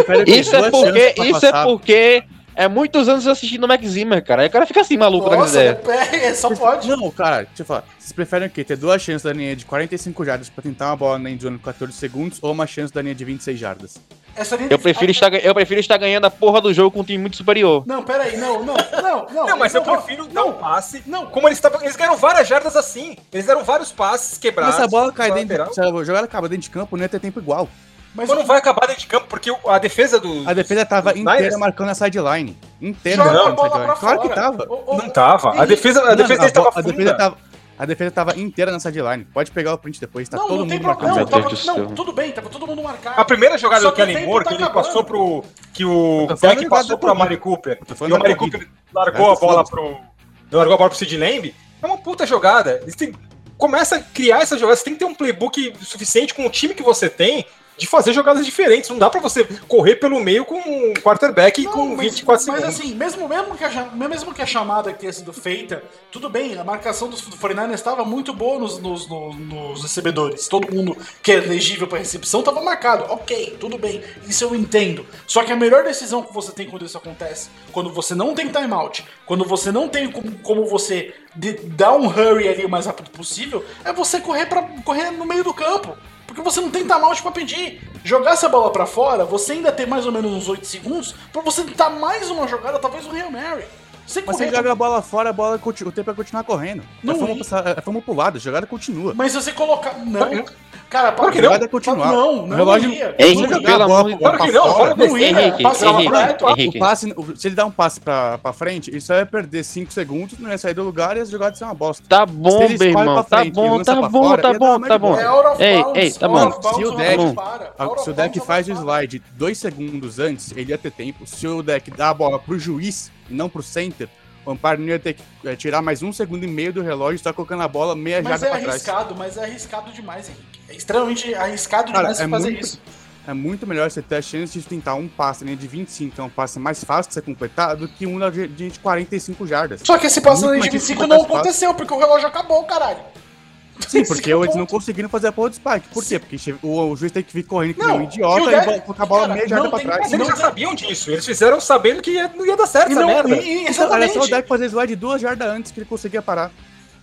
Isso é porque é muitos anos assistindo o Max Zimmer, cara. Aí o cara fica assim, maluco na ideia. Só pode. Não, cara, deixa eu falar. Vocês preferem o quê? Ter 2 chances da linha de 45 jardas pra tentar uma bola na endzone por 14 segundos ou uma chance da linha de 26 jardas? Eu prefiro estar ganhando a porra do jogo com um time muito superior. Não, peraí, não. Não, mas eu prefiro dar um passe. Não, como eles ganharam várias jardas assim. Eles deram vários passes quebrados. Mas se a bola cai dentro, se a jogada acaba dentro de campo, não ia ter tempo igual. Mas não vai acabar dentro de campo, porque a defesa A defesa tava inteira marcando a sideline. Inteira marcando a sideline. Claro que tava. Não tava. A defesa tava funda. A defesa tava inteira na sideline. Pode pegar o print depois, tá todo mundo marcando. Não, tudo bem, tava todo mundo marcado. A primeira jogada do Kellen Moore, que ele passou pro... Que o Beck passou pro Amari Cooper. E o Amari Cooper largou a bola pro Sid Lamb. É uma puta jogada. Começa a criar essa jogada. Você tem que ter um playbook suficiente com o time que você tem de fazer jogadas diferentes. Não dá pra você correr pelo meio com um quarterback com 24 segundos. Mas assim, mesmo que a chamada tenha sido feita, tudo bem, a marcação dos 49ers estava muito boa nos recebedores. Todo mundo que é elegível pra recepção estava marcado. Ok, tudo bem, isso eu entendo. Só que a melhor decisão que você tem quando isso acontece, quando você não tem timeout, quando você não tem como você dar um hurry ali o mais rápido possível, é você correr no meio do campo. Porque você não tem timeout pra pedir. Jogar essa bola pra fora, você ainda tem mais ou menos uns 8 segundos pra você tentar mais uma jogada, talvez um Hail Mary. Mas você joga a bola fora, o tempo é continuar correndo. Vamos pro lado, a jogada continua. Mas se você colocar... Não. Cara, para que não? A jogada continua. Não ia. Henrique, pelo amor de Deus. Se ele dá um passe pra frente, ele só ia perder 5 segundos, não ia sair do lugar e as jogadas iam ser uma bosta. Tá bom, meu irmão. Tá bom. Ei, tá bom. Se o deck faz o slide 2 segundos antes, ele ia ter tempo. Se o deck dá a bola pro juiz e não pro center, o umpire não ia ter que tirar mais 1,5 segundos do relógio e tá colocando a bola meia jarda pra trás. Mas é arriscado demais, Henrique. É extremamente arriscado demais você fazer isso. É muito melhor você ter a chance de tentar um passe na linha de 25, que é um passe mais fácil de ser completado, do que um na linha de 45 jardas. Só que esse passe na linha de 25 não aconteceu, porque o relógio acabou, caralho. Sim, porque eles não conseguiram fazer a porra do spike. Por quê? Porque o juiz tem que vir correndo que nem um idiota e colocar a bola meia jarda pra trás. Mas eles já sabiam disso. Eles fizeram sabendo que não ia dar certo essa merda. Era só o deck fazer slide 2 jardas antes que ele conseguia parar.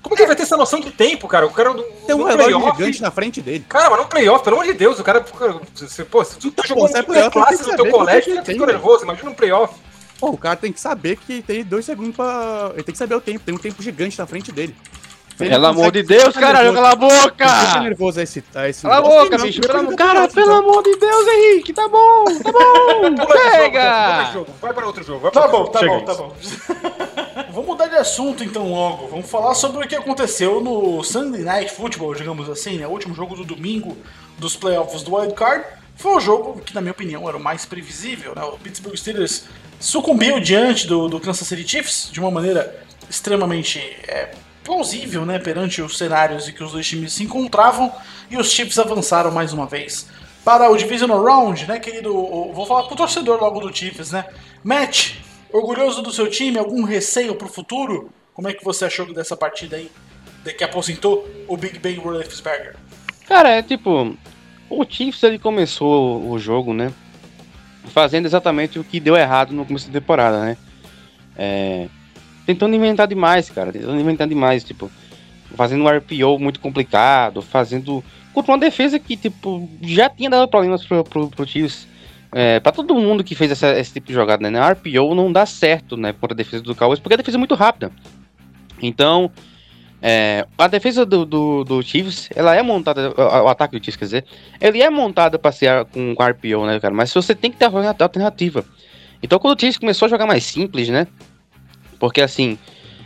Como que ele vai ter essa noção de tempo, cara? O cara tem um relógio gigante na frente dele. Cara, mas no playoff, pelo amor de Deus, o cara... se tu tá jogando na classe no teu colégio, você fica nervoso, imagina um playoff. Pô, o cara tem que saber que tem 2 segundos pra... Ele tem que saber o tempo, tem um tempo gigante na frente dele. Pelo amor de Deus, caralho, cala a boca! Fica nervoso esse cala a boca, bicho. Cara, pelo amor de Deus, Henrique, tá bom. Chega! Vai para outro jogo. Tá bom. Vamos mudar de assunto então logo. Vamos falar sobre o que aconteceu no Sunday Night Football, digamos assim, né? O último jogo do domingo dos playoffs do Wild Card. Foi um jogo que, na minha opinião, era o mais previsível, né? O Pittsburgh Steelers sucumbiu diante do Kansas City Chiefs de uma maneira extremamente plausível, né? Perante os cenários em que os dois times se encontravam. E os Chiefs avançaram mais uma vez para o Divisional Round, né, querido? Vou falar pro torcedor logo do Chiefs, né? Matt, orgulhoso do seu time? Algum receio pro futuro? Como é que você achou dessa partida aí? Que aposentou o Big Ben Roethlisberger? Cara, o Chiefs ele começou o jogo, né, fazendo exatamente o que deu errado no começo da temporada, né? Tentando inventar demais, cara. Fazendo um RPO muito complicado, contra uma defesa que, já tinha dado problemas pro Chiefs. Pra todo mundo que fez esse tipo de jogada, né? A RPO não dá certo, né, contra a defesa do Cowboys, porque a defesa é muito rápida. Então, a defesa do Chiefs, ela é montada, o ataque do Chiefs, quer dizer, ele é montado pra ser com RPO, né, cara? Mas você tem que ter alternativa. Então, quando o Chiefs começou a jogar mais simples, né? Porque, assim,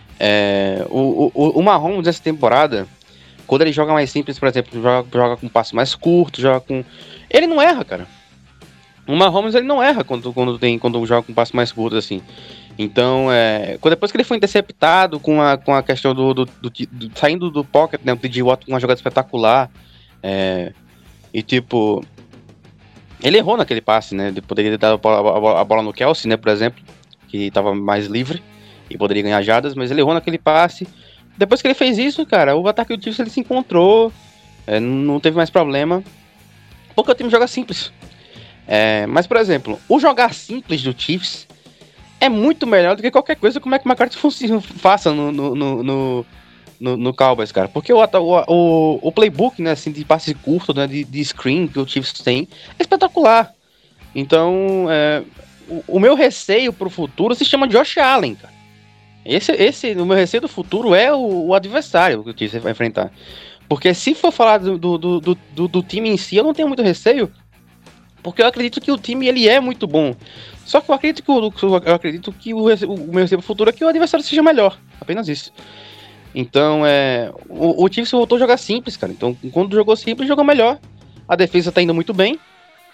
o Mahomes dessa temporada, quando ele joga mais simples, por exemplo, joga com um passo mais curto, ele não erra, cara. O Mahomes, ele não erra quando joga com um passo mais curto, assim. Então, depois que ele foi interceptado com a questão saindo do pocket, né, o TJ Watt com uma jogada espetacular, ele errou naquele passe, né? Ele poderia ter dado a bola no Kelce, né, por exemplo, que estava mais livre e poderia ganhar jardas, mas ele errou naquele passe. Depois que ele fez isso, cara, o ataque do Chiefs ele se encontrou, não teve mais problema, porque o time joga simples. Mas, por exemplo, o jogar simples do Chiefs é muito melhor do que qualquer coisa que o Mike McCarthy faça no Cowboys, cara. Porque o playbook, né, assim, de passe curto, né, de screen que o Chiefs tem é espetacular. Então, o meu receio pro futuro se chama Josh Allen, cara. O meu receio do futuro é o adversário que o Chiefs vai enfrentar. Porque se for falar do time em si, eu não tenho muito receio, porque eu acredito que o time ele é muito bom. Só que eu acredito que o meu receio do futuro é que o adversário seja melhor. Apenas isso. Então, o Chiefs voltou a jogar simples, cara. Então, quando jogou simples, jogou melhor. A defesa tá indo muito bem.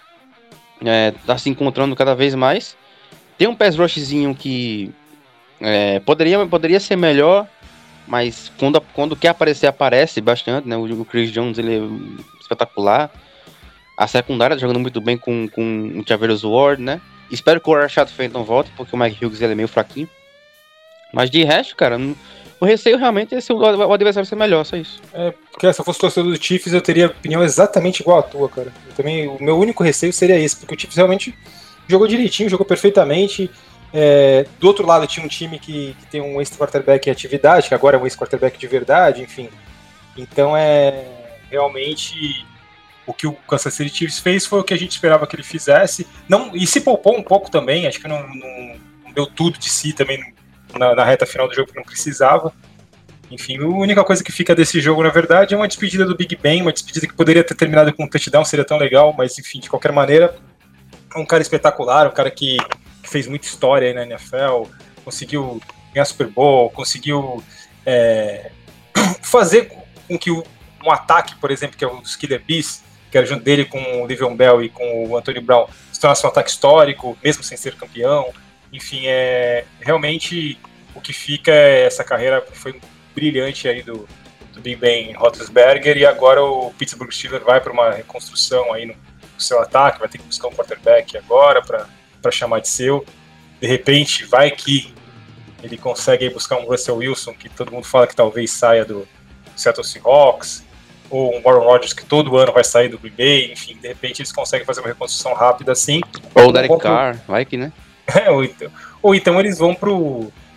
Tá se encontrando cada vez mais. Tem um pass rushzinho que poderia ser melhor, mas quando quer aparecer, aparece bastante, né? O Chris Jones, ele é espetacular. A secundária tá jogando muito bem com o Charvarius Ward, né? Espero que o Rashad Fenton volte, porque o Mike Hughes ele é meio fraquinho. Mas de resto, cara, o receio realmente é o adversário ser melhor, só isso. Porque se eu fosse torcedor do Chiefs, eu teria opinião exatamente igual a tua, cara. O meu único receio seria esse, porque o Chiefs realmente jogou direitinho, jogou perfeitamente. Do outro lado tinha um time que tem um ex-quarterback em atividade, que agora é um ex-quarterback de verdade, enfim. Então realmente o que o Kansas City Chiefs fez foi o que a gente esperava que ele fizesse. E se poupou um pouco também, acho que não deu tudo de si também na reta final do jogo que não precisava. Enfim, a única coisa que fica desse jogo, na verdade, é uma despedida do Big Ben, uma despedida que poderia ter terminado com um touchdown, seria tão legal, mas enfim, de qualquer maneira, um cara espetacular, um cara que fez muita história aí na NFL, conseguiu ganhar Super Bowl, conseguiu fazer com que um ataque, por exemplo, que é o dos Killer Bees, que era junto dele com o Le'Veon Bell e com o Anthony Brown, se tornasse um ataque histórico, mesmo sem ser campeão. Enfim, realmente o que fica é essa carreira que foi brilhante aí do Big Ben Roethlisberger, e agora o Pittsburgh Steelers vai para uma reconstrução aí no seu ataque, vai ter que buscar um quarterback agora para chamar de seu. De repente, vai que ele consegue buscar um Russell Wilson, que todo mundo fala que talvez saia do Seattle Seahawks, ou um Aaron Rodgers que todo ano vai sair do Green Bay. Enfim, de repente eles conseguem fazer uma reconstrução rápida assim. Ou o Derek Carr, vai que, né? Ou então eles vão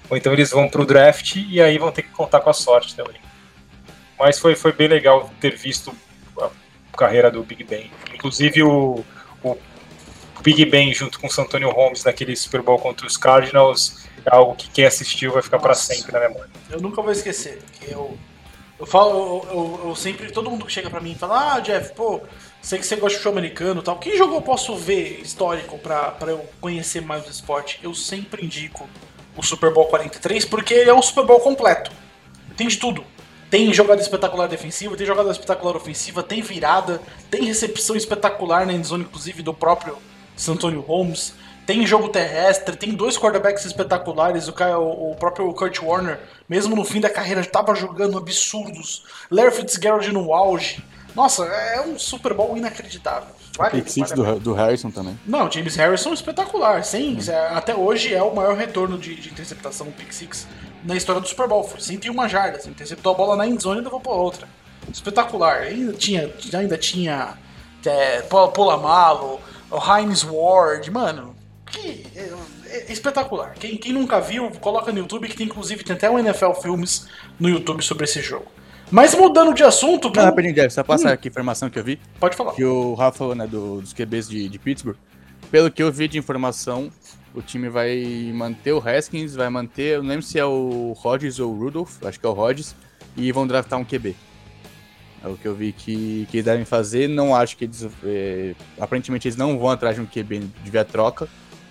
ou então eles vão pro draft e aí vão ter que contar com a sorte também. Mas foi bem legal ter visto a carreira do Big Ben. Inclusive o Big Ben junto com o Santonio Holmes naquele Super Bowl contra os Cardinals é algo que quem assistiu vai ficar para sempre na memória. Eu nunca vou esquecer. Eu falo, eu sempre, todo mundo que chega pra mim fala, Jeff, pô, sei que você gosta de futebol americano e tal, que jogo eu posso ver histórico pra eu conhecer mais o esporte? Eu sempre indico o Super Bowl 43, porque ele é um Super Bowl completo. Tem de tudo. Tem jogada espetacular defensiva, tem jogada espetacular ofensiva, tem virada, tem recepção espetacular na endzone, inclusive, do próprio Santonio Holmes. Tem jogo terrestre, tem 2 quarterbacks espetaculares, o próprio Kurt Warner, mesmo no fim da carreira, estava jogando absurdos. Larry Fitzgerald no auge. Nossa, é um Super Bowl inacreditável. Pick Six do Harrison também. Não, James Harrison espetacular. Sim, até hoje é o maior retorno de interceptação do Pick Six na história do Super Bowl. Foi 101 jardas, interceptou a bola na endzone e levou para outra. Espetacular. Ainda tinha Polamalu, o Hines Ward, mano. Espetacular. Quem nunca viu, coloca no YouTube, que tem inclusive tem até um NFL Filmes no YouTube sobre esse jogo. Mas mudando de assunto... Não, rapidinho, Jeff, só passar aqui a informação que eu vi. Pode falar. Que o Rafa, né, dos QBs de Pittsburgh, pelo que eu vi de informação, o time vai manter o Haskins, vai manter, eu não lembro se é o Rodgers ou o Rudolph, acho que é o Rodgers, e vão draftar um QB. É o que eu vi que devem fazer, não acho que eles... aparentemente eles não vão atrás de um QB de via troca.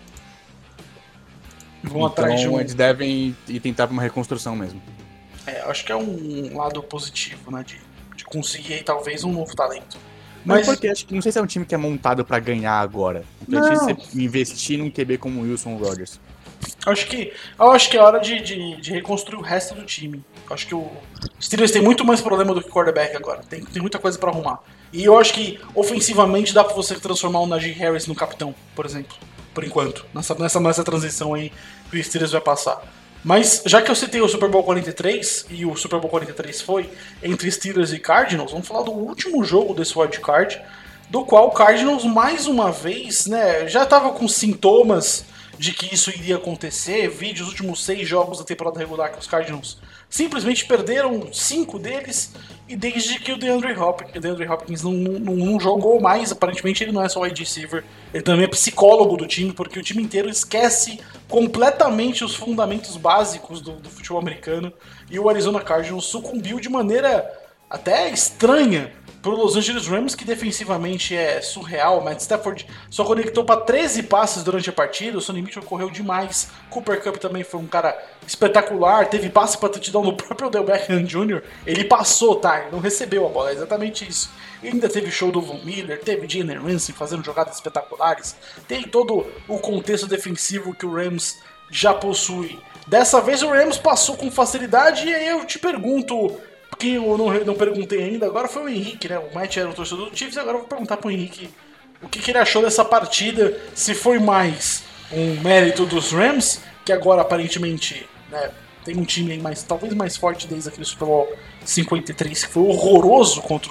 Vão atrás de um... eles devem ir tentar uma reconstrução mesmo. Acho que é um lado positivo, né, de conseguir talvez um novo talento. Mas porque acho que não sei se é um time que é montado pra ganhar agora. Então é difícil você investir num QB como o Wilson Rodgers. Eu acho que é hora de reconstruir o resto do time. Eu acho que o Steelers tem muito mais problema do que o quarterback agora. Tem muita coisa pra arrumar. E eu acho que ofensivamente dá pra você transformar o Najee Harris no capitão, por exemplo. Por enquanto. Nessa transição aí que o Steelers vai passar. Mas, já que eu citei o Super Bowl 43, e o Super Bowl 43 foi entre Steelers e Cardinals, vamos falar do último jogo desse Wild Card, do qual o Cardinals, mais uma vez, né, já estava com sintomas de que isso iria acontecer. Vídeos dos últimos 6 jogos da temporada regular que os Cardinals simplesmente perderam 5 deles, e desde que o DeAndre Hopkins não jogou mais, aparentemente ele não é só wide receiver, ele também é psicólogo do time, porque o time inteiro esquece completamente os fundamentos básicos do futebol americano, e o Arizona Cardinals sucumbiu de maneira até estranha pro Los Angeles Rams, que defensivamente é surreal. Matt Stafford só conectou para 13 passes durante a partida, o Sonny Mitchell correu demais, Cooper Kupp também foi um cara espetacular, teve passe para touchdown no próprio Odell Beckham Jr., ele passou, tá, ele não recebeu a bola, é exatamente isso. E ainda teve show do Von Miller, teve Jalen Ramsey fazendo jogadas espetaculares, tem todo o contexto defensivo que o Rams já possui. Dessa vez o Rams passou com facilidade, e aí eu te pergunto, quem eu não perguntei ainda, agora foi o Henrique, né? O Matt era o torcedor do Chiefs, agora eu vou perguntar pro Henrique o que ele achou dessa partida, se foi mais um mérito dos Rams, que agora aparentemente, né, tem um time aí talvez mais forte desde aquele Super Bowl 53, que foi horroroso contra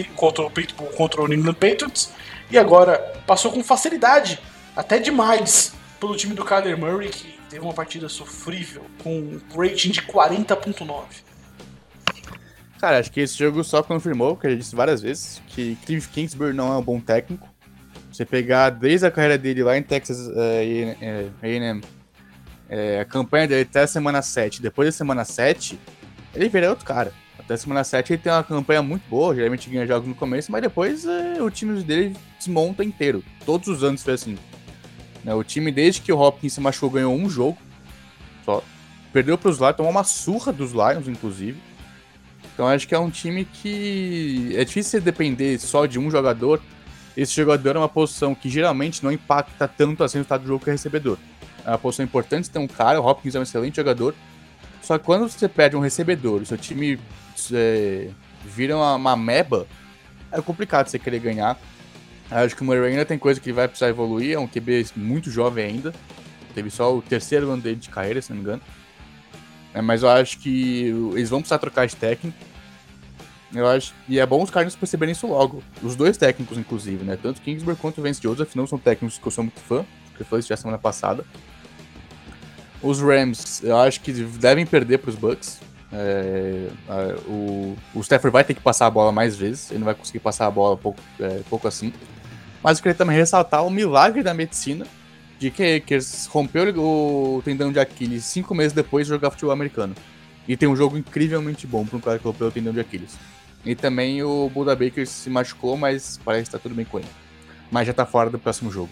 o New England Patriots, e agora passou com facilidade, até demais, pelo time do Kyler Murray, que teve uma partida sofrível, com um rating de 40.9. Cara, acho que esse jogo só confirmou, que eu já disse várias vezes, que Cliff Kingsbury não é um bom técnico. Você pegar desde a carreira dele lá em Texas A&M, a campanha dele até a semana 7, depois da semana 7, ele vira outro cara. Até a semana 7 ele tem uma campanha muito boa, geralmente ganha jogos no começo, mas depois o time dele desmonta inteiro. Todos os anos foi assim. O time, desde que o Hopkins se machucou, ganhou um jogo só. Perdeu para os Lions, tomou uma surra dos Lions, inclusive. Então acho que é um time que é difícil você depender só de um jogador. Esse jogador é uma posição que geralmente não impacta tanto assim o resultado do jogo que é recebedor. É uma posição importante ter um cara, o Hopkins é um excelente jogador. Só que quando você perde um recebedor, o seu time vira uma meba, é complicado você querer ganhar. Acho que o Murray ainda tem coisa que vai precisar evoluir, é um QB muito jovem ainda. Teve só o 3º ano dele de carreira, se não me engano. Mas eu acho que eles vão precisar trocar de técnico. Eu acho, e é bom os caras perceberem isso logo. Os 2 técnicos, inclusive, né? Tanto Kingsbury quanto o Vance Joseph não são técnicos que eu sou muito fã, que eu falei isso já semana passada. Os Rams, eu acho que devem perder para os Bucks. O Stafford vai ter que passar a bola mais vezes, ele não vai conseguir passar a bola pouco assim. Mas eu queria também ressaltar o milagre da medicina de que eles rompeu o tendão de Aquiles 5 meses depois de jogar futebol americano. E tem um jogo incrivelmente bom para um cara que rompeu o tendão de Aquiles. E também o Buda Baker se machucou, mas parece que tá tudo bem com ele. Mas já tá fora do próximo jogo.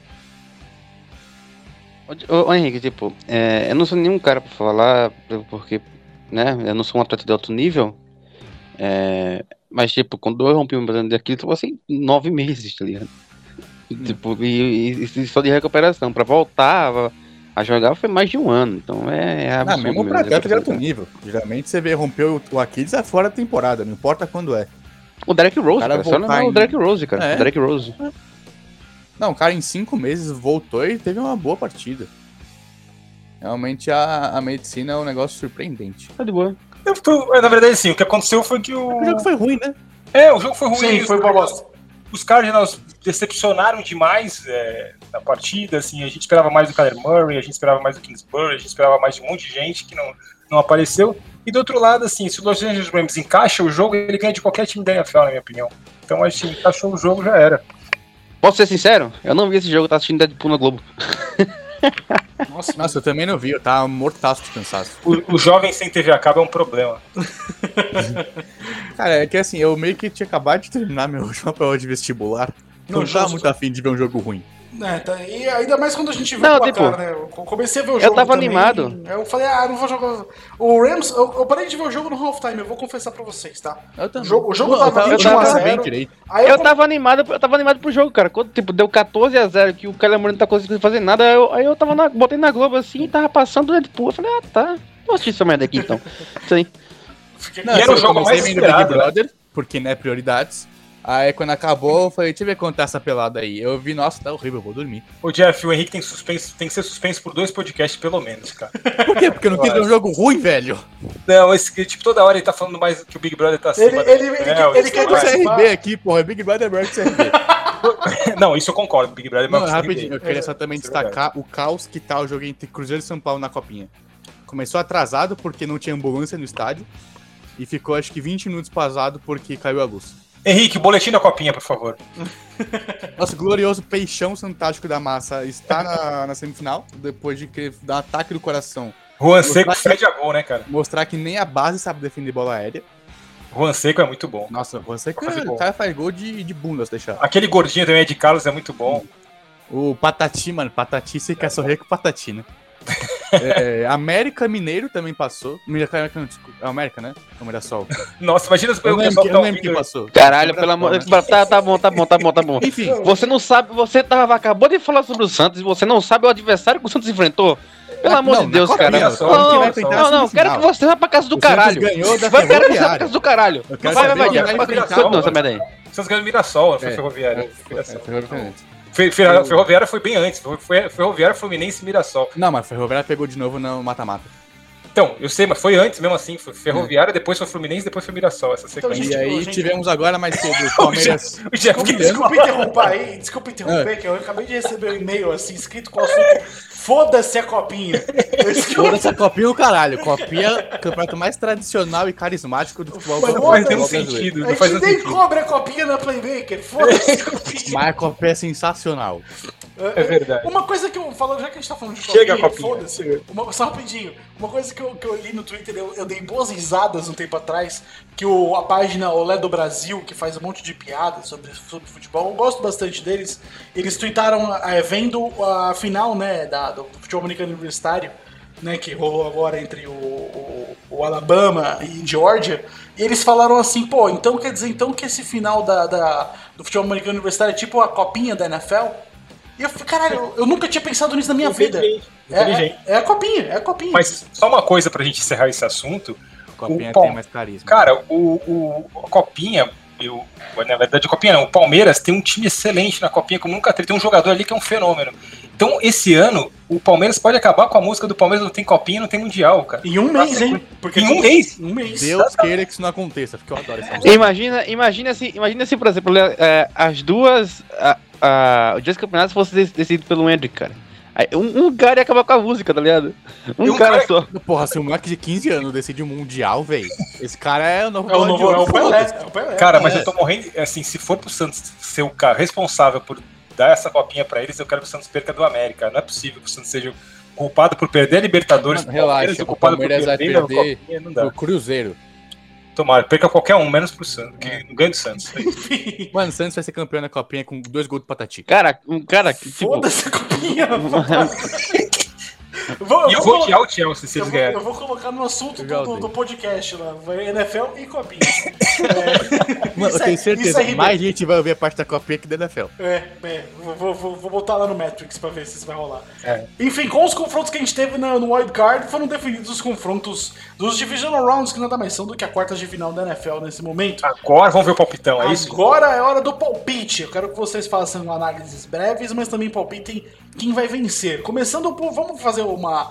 Ô Henrique, tipo, eu não sou nenhum cara pra falar, porque, né, eu não sou um atleta de alto nível, mas, tipo, quando eu rompi o meu tendão de Aquiles, foi assim, 9 meses, tá ligado? Tipo, e só de recuperação, pra voltar a jogar foi mais de 1 ano, então absurdo. Mesmo pra atleta de alto nível. Geralmente você vê romper o Aquiles fora da temporada, não importa quando é. O Derrick Rose, cara, só não é o Derrick Rose, cara. O Derrick Rose. Não, o cara em 5 meses voltou e teve uma boa partida. Realmente a medicina é um negócio surpreendente. Tá de boa. Na verdade, sim, o que aconteceu foi que O jogo foi ruim, né? o jogo foi ruim. Sim, foi uma bosta. Os Cardinals decepcionaram demais na partida, assim, a gente esperava mais do Kyler Murray, a gente esperava mais do Kingsbury, a gente esperava mais de um monte de gente que não apareceu. E do outro lado, assim, se o Los Angeles Rams encaixa o jogo, ele ganha de qualquer time da NFL, na minha opinião. Então, acho que encaixou o jogo, já era. Posso ser sincero? Eu não vi esse jogo, eu tava assistindo Deadpool na Globo. Nossa, eu também não vi, eu tava mortaço de cansaço. O jovem sem TV a cabo é um problema. Cara, é que assim, eu meio que tinha acabado de terminar minha última prova de vestibular. Não tava muito afim de ver um jogo ruim. E ainda mais quando a gente vê Não, o placar, tipo, né? Eu comecei a ver o jogo. eu tava também, animado. Eu falei, não vou jogar. O Rams, eu parei de ver o jogo no halftime, eu vou confessar pra vocês, tá? Eu também. O jogo tava 21-0. direito. Aí Eu tava animado pro jogo, cara. Quando, tipo, deu 14-0, que o Kyler Murray não tá conseguindo fazer nada, aí eu tava botei na Globo assim e tava passando o Deadpool. Eu falei, tá, vou assistir essa merda aqui então. Isso aí. Não, E era o eu jogo comecei mais vendo Big esperado, Brother, porque, né, prioridades. Aí quando acabou, eu falei, deixa eu ver quanto tá essa pelada aí. Eu vi, nossa, tá horrível, eu vou dormir. O Jeff, o Henrique tem que ser suspenso por 2 podcasts, pelo menos, cara. Por quê? Porque eu não quis ver um jogo ruim, velho. Não, tipo, toda hora ele tá falando mais que o Big Brother tá acima. Ele quer O participar. CRB aqui, porra, Big Brother é melhor que CRB. Não, isso eu concordo, Big Brother é Não, mais que o rapidinho, CRB. eu queria só também destacar o caos que tá o jogo entre Cruzeiro e São Paulo na Copinha. Começou atrasado porque não tinha ambulância no estádio e ficou acho que 20 minutos pausado porque caiu a luz. Henrique, boletim da Copinha, por favor. Nosso glorioso Peixão Fantástico da Massa está na semifinal, depois de dar um ataque do coração. Juan Seco fede a gol, né, cara? Mostrar que nem a base sabe defender bola aérea. Juan Seco é muito bom. Nossa, o Juan Seco, Faz gol. o cara faz gol de bunda, se deixar. Aquele gordinho também de Carlos é muito bom. O Patati, mano, Patati, você quer sorrir com Patati, né? América Mineiro também passou. América, né? O Mirassol. Nossa, imagina Eu não lembro quem passou. Caralho, pelo amor de Deus. Tá bom. Enfim. Você não sabe, acabou de falar sobre o Santos e você não sabe o adversário que o Santos enfrentou. Pelo amor de Deus, cara. Não, quero que você vá pra casa do caralho. Ganhou da Quero que você vá pra casa do caralho. Vai, Mirassol, não, essa merda aí. Santos ganhou Mirassol, não foi Ferroviária. Ferroviária. Ferroviária foi bem antes. Foi Ferroviária, Fluminense e Mirassol. Não, mas Ferroviária pegou de novo no mata-mata. Então, eu sei, mas foi antes mesmo assim. Foi Ferroviária, depois foi Fluminense, depois foi Mirassol. Essa sequência. E aí tivemos agora mais cedo o Palmeiras. Desculpa interromper, que eu acabei de receber um e-mail assim, escrito com o assunto foda-se a Copinha. Foda-se a Copinha do caralho. Copinha é o campeonato mais tradicional e carismático do futebol Mas não faz nenhum sentido. A gente nem cobra a Copinha na Playmaker, foda-se a Copinha. Mas a Copinha é sensacional. É verdade. Uma coisa que eu falo, já que a gente tá falando de Chega, Copinha, Copinha. foda-se. Só rapidinho. Uma coisa que eu li no Twitter, eu dei boas risadas um tempo atrás, que a página Olé do Brasil, que faz um monte de piadas sobre futebol, eu gosto bastante deles. Eles tweetaram vendo a final, né, do futebol americano universitário, né, que rolou agora entre o Alabama e Georgia, e eles falaram assim, pô, então quer dizer que esse final do futebol americano universitário é tipo a copinha da NFL? E eu falei, caralho, eu nunca tinha pensado nisso na minha vida. Inteligente. É a copinha. Mas só uma coisa pra gente encerrar esse assunto. A Copinha tem mais carisma. Cara, a Copinha, na verdade, a Copinha não, o Palmeiras tem um time excelente na Copinha, como nunca teve. Tem um jogador ali que é um fenômeno. Então, esse ano, o Palmeiras pode acabar com a música do Palmeiras não tem Copinha, não tem Mundial, cara. Em um mês, hein? Porque em um mês. Deus queira que isso não aconteça, porque eu adoro essa música. Imagina se, por exemplo, as duas... os dois campeonatos fossem decididos pelo Hendrick, cara. Aí, um cara ia acabar com a música, tá ligado? Um cara só. Porra, se um moleque de 15 anos decide um mundial, velho, esse cara é o novo É o Pelé. Cara, mas eu tô morrendo. Assim, se for pro Santos ser o cara responsável por dar essa copinha pra eles, eu quero que o Santos perca do América. Não é possível que o Santos seja culpado por perder a Libertadores. Mano, relaxa, o o culpado por Palmeiras vai perder a perder copinha, não dá. o Cruzeiro. Tomara, perca qualquer um, menos pro Santos, que não ganha do Santos. É isso. Mano, o Santos vai ser campeão da copinha com 2 gols do Patati. Cara, um cara que, tipo... Foda-se a copinha. E eu vou odiar o Chelsea se eles ganharem. Eu vou colocar no assunto Já do podcast lá. Vai NFL e copinha. Mano, eu tenho certeza que mais gente vai ouvir a parte da copinha que da NFL. Vou botar lá no Matrix pra ver se isso vai rolar. É. Enfim, com os confrontos que a gente teve no Wild Card, foram definidos os confrontos dos Divisional Rounds, que nada mais são do que a quarta de final da NFL nesse momento. Agora vamos ver o palpitão, é isso? Agora é hora do palpite. Eu quero que vocês façam análises breves, mas também palpitem quem vai vencer. Começando por... Vamos fazer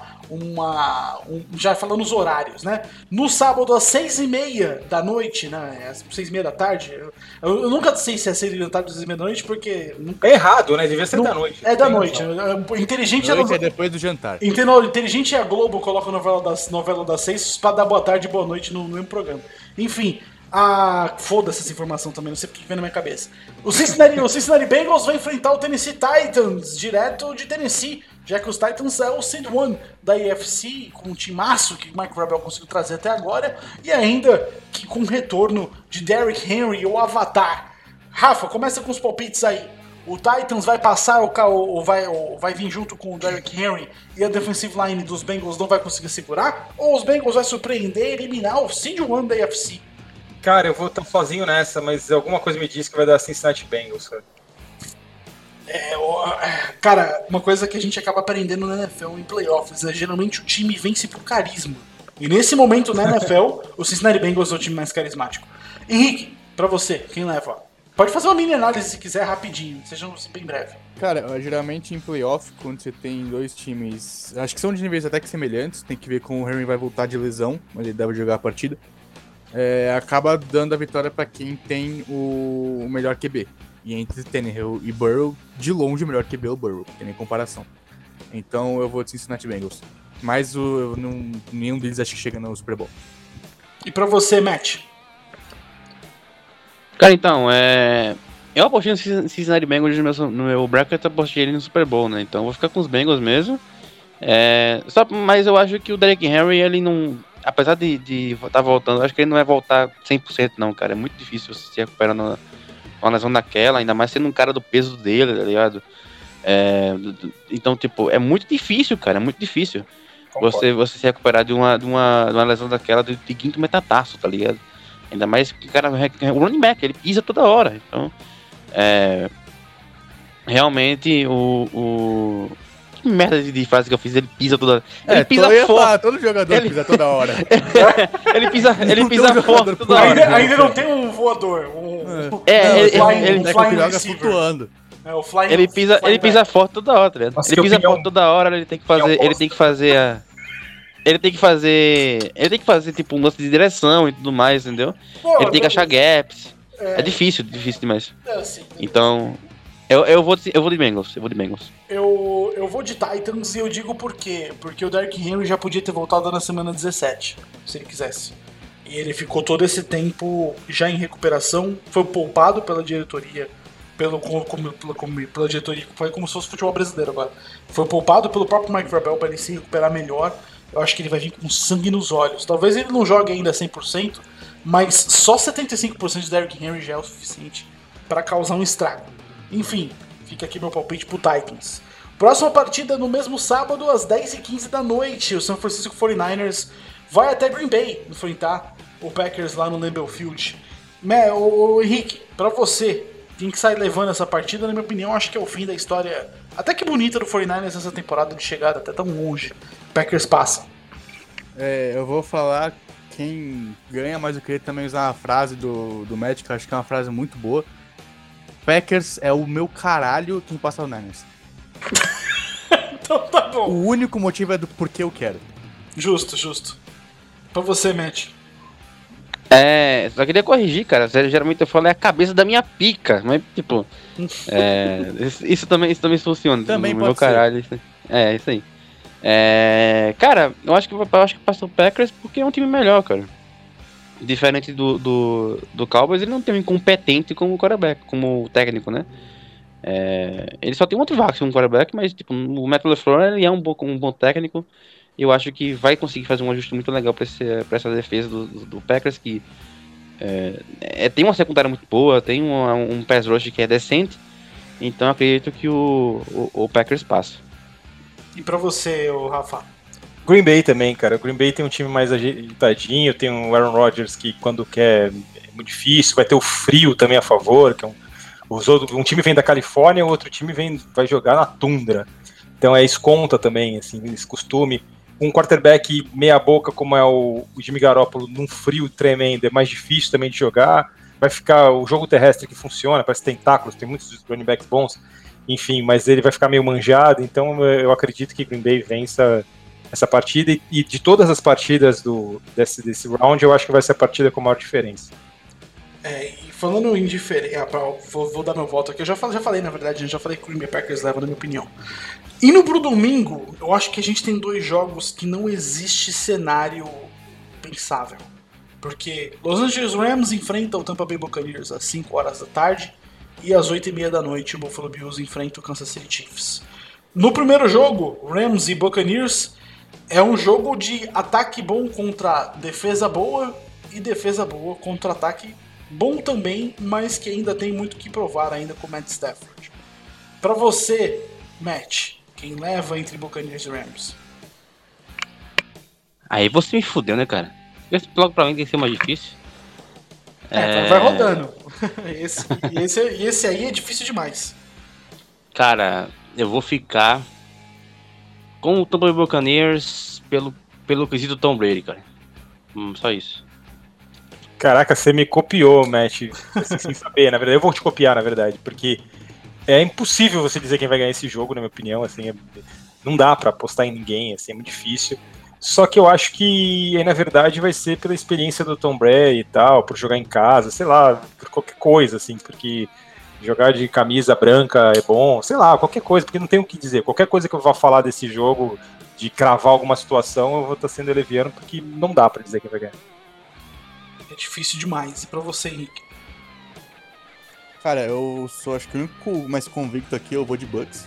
já falando os horários, né? No sábado, às 6h30 da noite, né? Às 6h30 da tarde. Eu nunca sei se é 6h30 da tarde ou 6h30 da noite, porque... Nunca... É errado, né? Devia ser da noite. É da noite. Inteligente Noite é depois do jantar. Entendeu? Inteligente é a Globo, coloca a novela das 6 pra dar boa tarde e boa noite no mesmo programa. Enfim... foda-se essa informação também, não sei porque vem na minha cabeça. O Cincinnati Bengals vai enfrentar o Tennessee Titans, direto de Tennessee, já que os Titans é o Seed 1 da AFC, com um timaço que o Mike Vrabel conseguiu trazer até agora, e ainda que com o retorno de Derrick Henry, o Avatar. Rafa, começa com os palpites aí. O Titans vai passar ou vai vir junto com o Derrick Henry e a defensive line dos Bengals não vai conseguir segurar? Ou os Bengals vai surpreender e eliminar o Seed 1 da AFC? Cara, eu vou estar sozinho nessa, mas alguma coisa me diz que vai dar Cincinnati Bengals, cara. Cara, uma coisa que a gente acaba aprendendo na NFL em playoffs é geralmente o time vence por carisma. E nesse momento na NFL, o Cincinnati Bengals é o time mais carismático. Henrique, pra você, quem leva? Pode fazer uma mini análise se quiser, rapidinho, seja bem breve. Cara, geralmente em playoff, quando você tem dois times, acho que são de níveis até que semelhantes, tem que ver como o Henry vai voltar de lesão, mas ele deve jogar a partida. Acaba dando a vitória pra quem tem o melhor QB. E entre Tannehill e Burrow, de longe o melhor QB é o Burrow, não tem nem comparação. Então eu vou de Cincinnati Bengals. Mas nenhum deles acho que chega no Super Bowl. E pra você, Matt? Cara, então, eu apostei no Cincinnati Bengals no meu bracket, apostei ele no Super Bowl, né? Então eu vou ficar com os Bengals mesmo. Mas eu acho que o Derrick Henry, ele não... Apesar de estar voltando, acho que ele não vai voltar 100% não, cara. É muito difícil você se recuperar numa lesão daquela, ainda mais sendo um cara do peso dele, tá ligado? Então, tipo, é muito difícil, cara, é muito difícil. Você se recuperar de uma lesão daquela de quinto metataço, tá ligado? Ainda mais que o cara, o running back, ele pisa toda hora. Então, realmente, que merda de frase que eu fiz, ele pisa toda hora. Ele pisa forte. Todo jogador pisa toda hora. ele pisa forte toda hora. Ainda não tem um voador. Ele joga flutuando. Ele pisa forte toda hora, tá ligado? Ele pisa forte toda hora, ele tem que fazer tipo um lance de direção e tudo mais, entendeu? Ele tem que achar gaps. É difícil demais. Então, eu vou de Bengals. Eu vou de Titans e eu digo por quê? Porque o Derrick Henry já podia ter voltado na semana 17, se ele quisesse. E ele ficou todo esse tempo já em recuperação, foi poupado pela diretoria, pela diretoria, foi como se fosse futebol brasileiro agora. Foi poupado pelo próprio Mike Vrabel para ele se recuperar melhor. Eu acho que ele vai vir com sangue nos olhos. Talvez ele não jogue ainda 100%, mas só 75% de Derrick Henry já é o suficiente para causar um estrago. Enfim, fica aqui meu palpite pro Titans. Próxima partida no mesmo sábado, às 10h15 da noite. O San Francisco 49ers vai até Green Bay enfrentar o Packers lá no Lambeau Field. O Henrique, pra você, quem que sai levando essa partida, na minha opinião, acho que é o fim da história até que bonita do 49ers nessa temporada de chegada até tão longe. Packers passa. Eu vou falar quem ganha, mas eu queria também usar a frase do Matt, que eu acho que é uma frase muito boa. Packers é o meu caralho quem passa o Niners. Então tá bom. O único motivo é do porquê eu quero. Justo. Pra você, Matt. Só queria corrigir, cara. Geralmente eu falo a cabeça da minha pica, mas tipo. Isso também funciona. Também no pode meu caralho. É, isso aí. Cara, eu acho que passa o Packers porque é um time melhor, cara. Diferente do Cowboys, ele não tem um incompetente como quarterback, como técnico, né? Ele só tem um Motivax como quarterback, mas tipo, o Matt LaFleur, ele é um bom técnico. Eu acho que vai conseguir fazer um ajuste muito legal pra essa defesa do Packers, que tem uma secundária muito boa, tem um pass rush que é decente. Então eu acredito que o Packers passa. E pra você, Rafa? Green Bay também, cara. O Green Bay tem um time mais ajeitadinho, tem o Aaron Rodgers que quando quer é muito difícil, vai ter o frio também a favor, que um time vem da Califórnia, o outro time vai jogar na tundra. Então isso conta também, assim, esse costume. Um quarterback meia boca como é o Jimmy Garoppolo num frio tremendo, é mais difícil também de jogar. Vai ficar o jogo terrestre que funciona, parece tentáculos, tem muitos running backs bons, enfim, mas ele vai ficar meio manjado, então eu acredito que Green Bay vença essa partida, e de todas as partidas desse round, eu acho que vai ser a partida com maior diferença. E falando em diferença, vou dar meu voto aqui, eu já falei, na verdade, já falei que o Green Bay Packers leva, na minha opinião. Indo pro domingo, eu acho que a gente tem dois jogos que não existe cenário pensável. Porque Los Angeles Rams enfrenta o Tampa Bay Buccaneers às 5 horas da tarde e às 8h30 da noite o Buffalo Bills enfrenta o Kansas City Chiefs. No primeiro jogo, Rams e Buccaneers, é um jogo de ataque bom contra defesa boa e defesa boa contra ataque bom também, mas que ainda tem muito que provar ainda com o Matt Stafford. Pra você, Matt, quem leva entre Buccaneers e Rams? Aí você me fudeu, né, cara? Logo pra mim tem que ser mais difícil. Vai rodando. Esse aí é difícil demais. Cara, eu vou ficar com o Tampa Bay Buccaneers pelo quesito Tom Brady, cara. Só isso. Caraca, você me copiou, Matt, sem saber, na verdade. Eu vou te copiar, na verdade, porque é impossível você dizer quem vai ganhar esse jogo, na minha opinião, assim, não dá pra apostar em ninguém, assim, é muito difícil. Só que eu acho que, na verdade, vai ser pela experiência do Tom Brady e tal, por jogar em casa, sei lá, por qualquer coisa, assim, porque jogar de camisa branca é bom, sei lá, qualquer coisa, porque não tem o que dizer. Qualquer coisa que eu vá falar desse jogo, de cravar alguma situação, eu vou estar sendo eleviano, porque não dá pra dizer quem vai ganhar. É difícil demais. E pra você, Henrique? Cara, eu sou, acho que o único mais convicto aqui, eu vou de Bucks.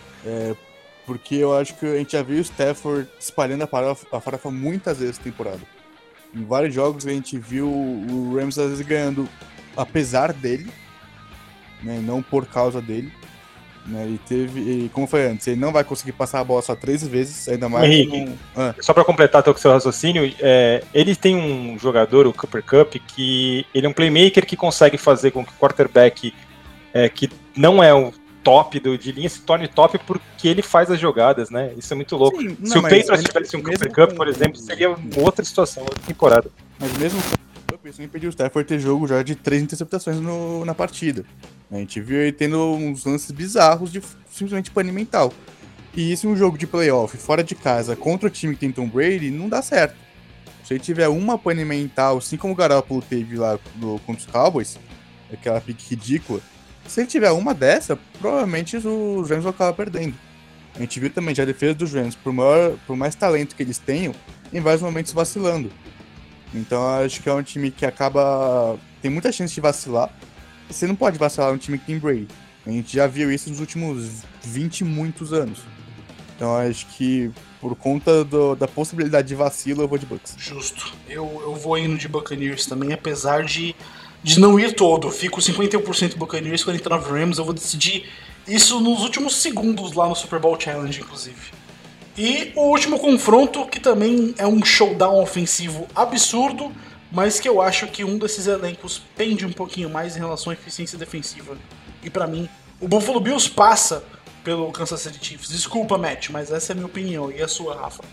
Porque eu acho que a gente já viu o Stafford espalhando a farofa muitas vezes na temporada. Em vários jogos a gente viu o Rams às vezes ganhando apesar dele, né, não por causa dele. Né, como foi antes, ele não vai conseguir passar a bola só 3 vezes, ainda mais. Henrique, só pra completar o seu raciocínio, ele tem um jogador, o Cooper Kupp, que ele é um playmaker que consegue fazer com que o quarterback que não é o top de linha se torne top porque ele faz as jogadas, né? Isso é muito louco. Sim, se o Patriots tivesse um Cooper Kupp, por exemplo, seria uma outra situação, outra temporada. Mas mesmo com isso não impediu o Stafford ter jogo já de 3 interceptações na partida. A gente viu ele tendo uns lances bizarros de simplesmente pane mental. E isso em um jogo de playoff, fora de casa, contra o time que tem Tom Brady, não dá certo. Se ele tiver uma pane mental, assim como o Garoppolo teve lá contra os Cowboys, aquela pique ridícula, se ele tiver uma dessa, provavelmente os Rams vão acabar perdendo. A gente viu também já a defesa dos Rams, por mais talento que eles tenham, em vários momentos vacilando. Então acho que é um time que tem muita chance de vacilar. E você não pode vacilar um time que tem Brady. A gente já viu isso nos últimos 20 e muitos anos. Então acho que por conta da possibilidade de vacilo, eu vou de Bucks. Justo. Eu vou indo de Buccaneers também, apesar de não ir todo. Fico 51% Buccaneers, 49% Rams. Eu vou decidir isso nos últimos segundos lá no Super Bowl Challenge, inclusive. E o último confronto, que também é um showdown ofensivo absurdo, mas que eu acho que um desses elencos pende um pouquinho mais em relação à eficiência defensiva. E pra mim, o Buffalo Bills passa pelo Kansas City Chiefs. Desculpa, Matt, mas essa é a minha opinião. E a sua, Rafa?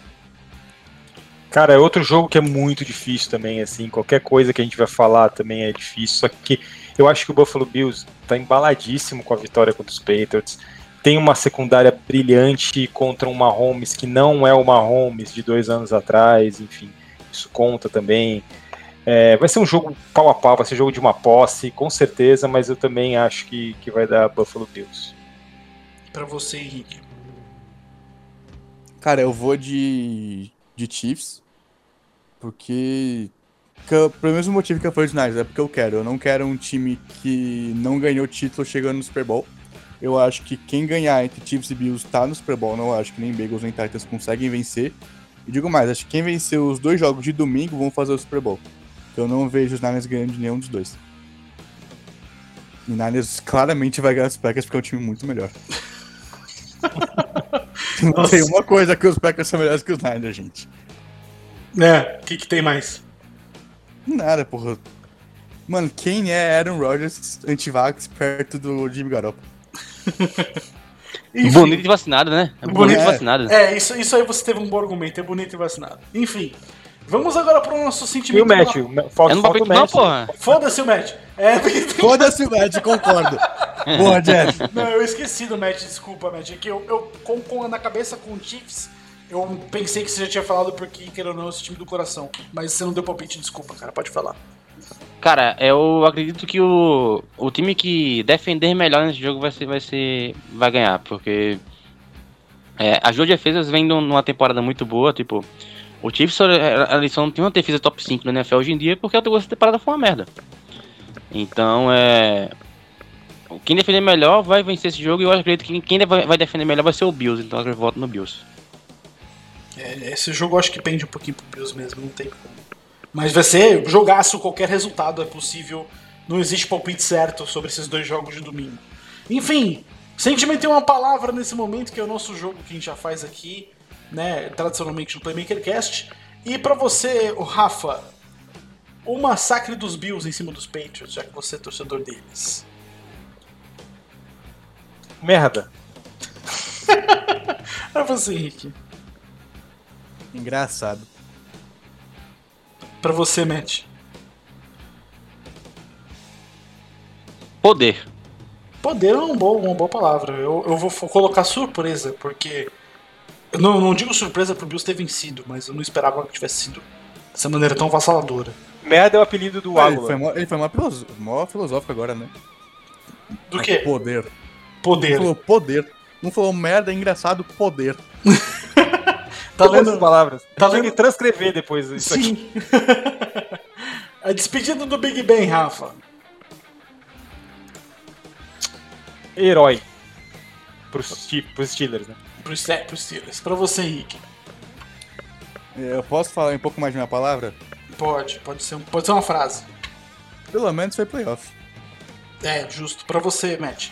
Cara, é outro jogo que é muito difícil também, assim, qualquer coisa que a gente vai falar também é difícil, só que eu acho que o Buffalo Bills tá embaladíssimo com a vitória contra os Patriots, tem uma secundária brilhante contra um Mahomes que não é o Mahomes de 2 anos atrás, enfim, isso conta também. Vai ser um jogo pau a pau, vai ser um jogo de uma posse, com certeza, mas eu também acho que vai dar Buffalo Bills. Pra você, Henrique. Cara, eu vou de Chiefs, porque... Pelo mesmo motivo que eu falei de Niners, é porque eu quero. Eu não quero um time que não ganhou título chegando no Super Bowl. Eu acho que quem ganhar entre Chiefs e Bills tá no Super Bowl. Não acho que nem Bengals nem Titans conseguem vencer. E digo mais, acho que quem vencer os 2 jogos de domingo vão fazer o Super Bowl. Eu não vejo os Niners ganhando de nenhum dos 2. E Niners claramente vai ganhar os Packers porque é um time muito melhor. Não tem uma coisa que os Packers são melhores que os Niners, gente. O que tem mais? Nada, porra. Mano, quem é Aaron Rodgers anti-vax perto do Jimmy Garoppolo? Enfim, Bonito e vacinado, né? Bonito e vacinado. Isso aí você teve um bom argumento, é bonito e vacinado. Enfim, vamos agora pro nosso E sentimento. o match? Eu Falta não o palpito não, match. porra. Foda-se o match. Foda-se o Matt, concordo. Boa, Jeff. Não, eu esqueci do match, desculpa, match. É que eu na cabeça com o Chiefs, eu pensei que você já tinha falado porque, querendo ou não, esse time do coração. Mas você não deu palpite, desculpa, cara, pode falar. Cara, eu acredito que o time que defender melhor nesse jogo vai ganhar, porque as duas defesas vêm numa temporada muito boa, tipo, o Chiefs eles só não tem uma defesa top 5 na NFL hoje em dia porque a outra temporada foi uma merda. Então, quem defender melhor vai vencer esse jogo e eu acredito que quem vai defender melhor vai ser o Bills, então eu voto no Bills. Esse jogo eu acho que pende um pouquinho pro Bills mesmo, não tem como. Mas vai ser jogaço, qualquer resultado é possível. Não existe palpite certo sobre esses 2 jogos de domingo. Enfim, sentimento tem uma palavra nesse momento, que é o nosso jogo que a gente já faz aqui, né, tradicionalmente no PlaymakerCast. E pra você, o Rafa, o massacre dos Bills em cima dos Patriots, já que você é torcedor deles. Merda. Pra você, Henrique. Engraçado. Pra você, Matt. Poder. Poder é uma boa palavra. Eu vou colocar surpresa, porque... Eu não digo surpresa pro Bills ter vencido, mas eu não esperava que tivesse sido dessa maneira tão avassaladora. Merda é o apelido do Água. Ele foi mó filosófico agora, né? Do quê? Poder. Ele Poder. falou poder. Não falou merda, é engraçado, poder. Tá Todas vendo? as palavras. Tá Tem vendo? que transcrever depois isso aqui. Sim. A despedida do Big Ben, Rafa. Herói. Pros Steelers, né? Pros Steelers. Pra você, Henrique. Eu posso falar um pouco mais de minha palavra? Pode ser uma frase. Pelo menos foi playoff. Justo. Pra você, Matt.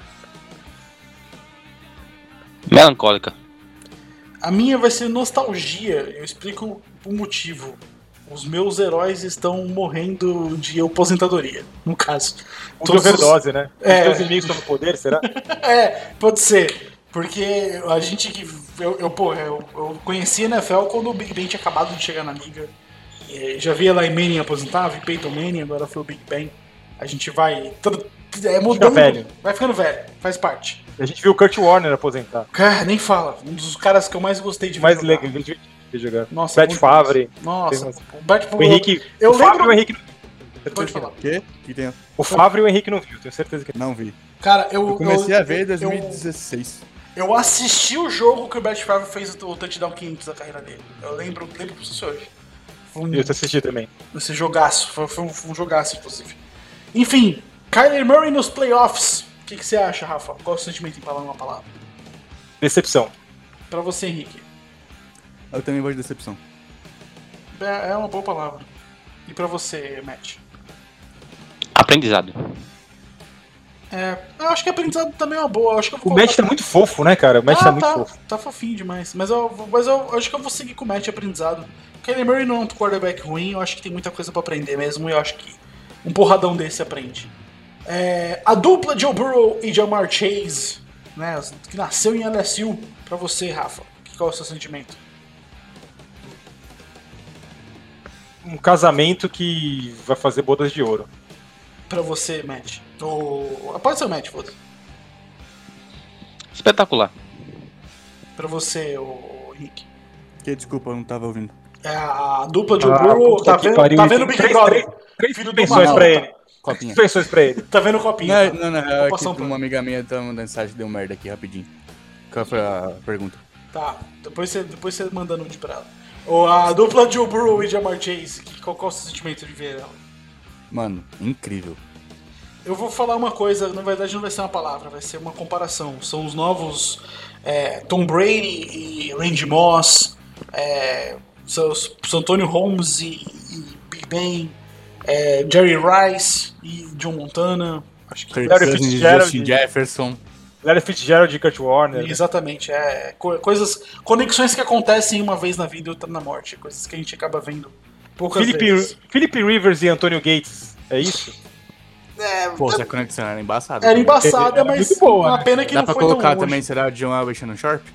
Melancólica. A minha vai ser nostalgia. Eu explico o motivo. Os meus heróis estão morrendo de aposentadoria, no caso. Ou de overdose, né? Os É. teus inimigos estão no poder, será? Pode ser. Porque a gente que. Eu conheci a NFL quando o Big Ben tinha acabado de chegar na liga. Já via Eli Manning aposentar, vi Peyton Manning, agora foi o Big Ben. A gente vai. Mudando. velho. Vai ficando velho, faz parte. A gente viu o Kurt Warner aposentar. Cara, nem fala. Um dos caras que eu mais gostei de ver Mais jogar. legal de jogar. Nossa, Brett muito Favre. Nossa, Tem o Brett O Henrique. Eu o Favre lembro. e o Henrique. Pode falar. O quê? Que tem? O Favre e o Henrique não viu, tenho certeza que Não vi. Cara, Eu comecei a ver em 2016. Eu assisti o jogo que o Brett Favre fez o touchdown 500 da carreira dele. Eu lembro como se fosse hoje. Foi eu assisti também. Esse jogaço. Foi um jogaço, inclusive. Enfim, Kyler Murray nos playoffs. O que você acha, Rafa? Qual é o sentimento em falar uma palavra? Decepção. Pra você, Henrique. Eu também vou de decepção. É uma boa palavra. E pra você, Matt? Aprendizado. Eu acho que aprendizado também é uma boa. Eu acho que eu vou O Matt tá muito fofo, né, cara? O Matt tá muito fofo. Tá fofinho demais. Mas eu acho que eu vou seguir com o Matt aprendizado. Kyler Murray não é um quarterback ruim. Eu acho que tem muita coisa pra aprender mesmo. E eu acho que um porradão desse aprende. A dupla Joe Burrow e Jamar Chase, né, que nasceu em LSU. Pra você, Rafa, qual é o seu sentimento? Um casamento que vai fazer bodas de ouro. Pra você, Matt. Pode ser o Matt, foda-se. Espetacular. Pra você, o Rick. Desculpa, eu não tava ouvindo. A dupla Joe Burrow, puta tá que vendo, pariu. tá vendo o Big Brother? Três Filho do suspensões mal. pra ele. Copinha. Suspensões pra ele. Tá vendo o copinho? Não, Vou é passar que um pano. uma amiga minha tá mandando mensagem que deu merda aqui rapidinho. Qual foi a pergunta? Tá, depois você manda nude pra ela. Ou a dupla Joe Burrow e Jamar Chase, qual é o seu sentimento de ver ela? Mano, incrível. Eu vou falar uma coisa, na verdade não vai ser uma palavra, vai ser uma comparação. São os novos Tom Brady e Randy Moss, são Antonio Holmes e Big Ben, Jerry Rice e John Montana. Acho que Larry Fitzgerald, Justin Jefferson. Larry Fitzgerald e Kurt Warner. Exatamente, conexões que acontecem uma vez na vida e outra na morte, coisas que a gente acaba vendo poucas vezes. Philip Rivers e Antonio Gates, é isso? Pô, essa conexão era embaçada. Era embaçada, mas muito boa, uma pena que dá não pra foi tão colocar longe. também, será John Elway e Shannon Sharp?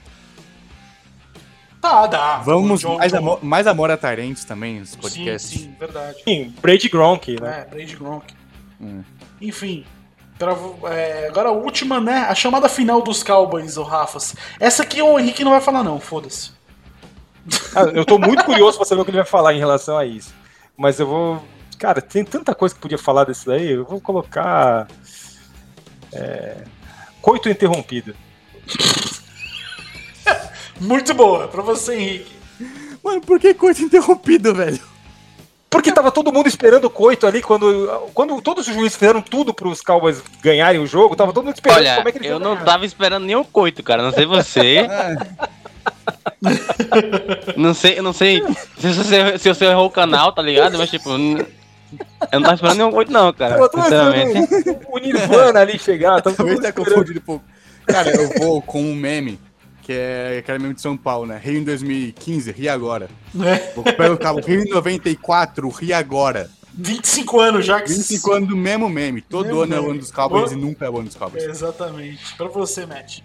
Tá, dá. Vamos, mais amor a Tyrants também, nos podcasts. Sim, verdade. Sim, Brady Gronk, né? Brady Gronk. Enfim, agora a última, né? A chamada final dos Cowboys, o Rafas. Essa aqui o Henrique não vai falar não, foda-se. Eu tô muito curioso pra saber o que ele vai falar em relação a isso. Mas eu vou... Cara, tem tanta coisa que podia falar desse daí, eu vou colocar... Coito interrompido. Muito boa, pra você, Henrique. Mano, por que coito interrompido, velho? Porque tava todo mundo esperando o coito ali, quando todos os juízes fizeram tudo pros Cowboys ganharem o jogo, tava todo mundo esperando. Olha, como é que eles eu iam não ganhar. tava esperando nenhum coito, cara. Não sei você. não sei se você errou o canal, tá ligado? Mas tipo, eu não tava esperando nenhum coito não, cara. Eu tô Sinceramente. esperando o Nirvana ali chegar. Tava todo Talvez mundo tenha esperando. confundido um pouco. Cara, eu vou com um meme, que é aquele meme de São Paulo, né? Rio em 2015, ri agora. Vou pegar o cabo, Rio em 94, ri agora. 25 anos já que... 25 anos do mesmo meme. Todo Mesmo ano é o meme. ano dos Cowboys e nunca é o ano dos Cowboys. Exatamente. Pra você, Matt.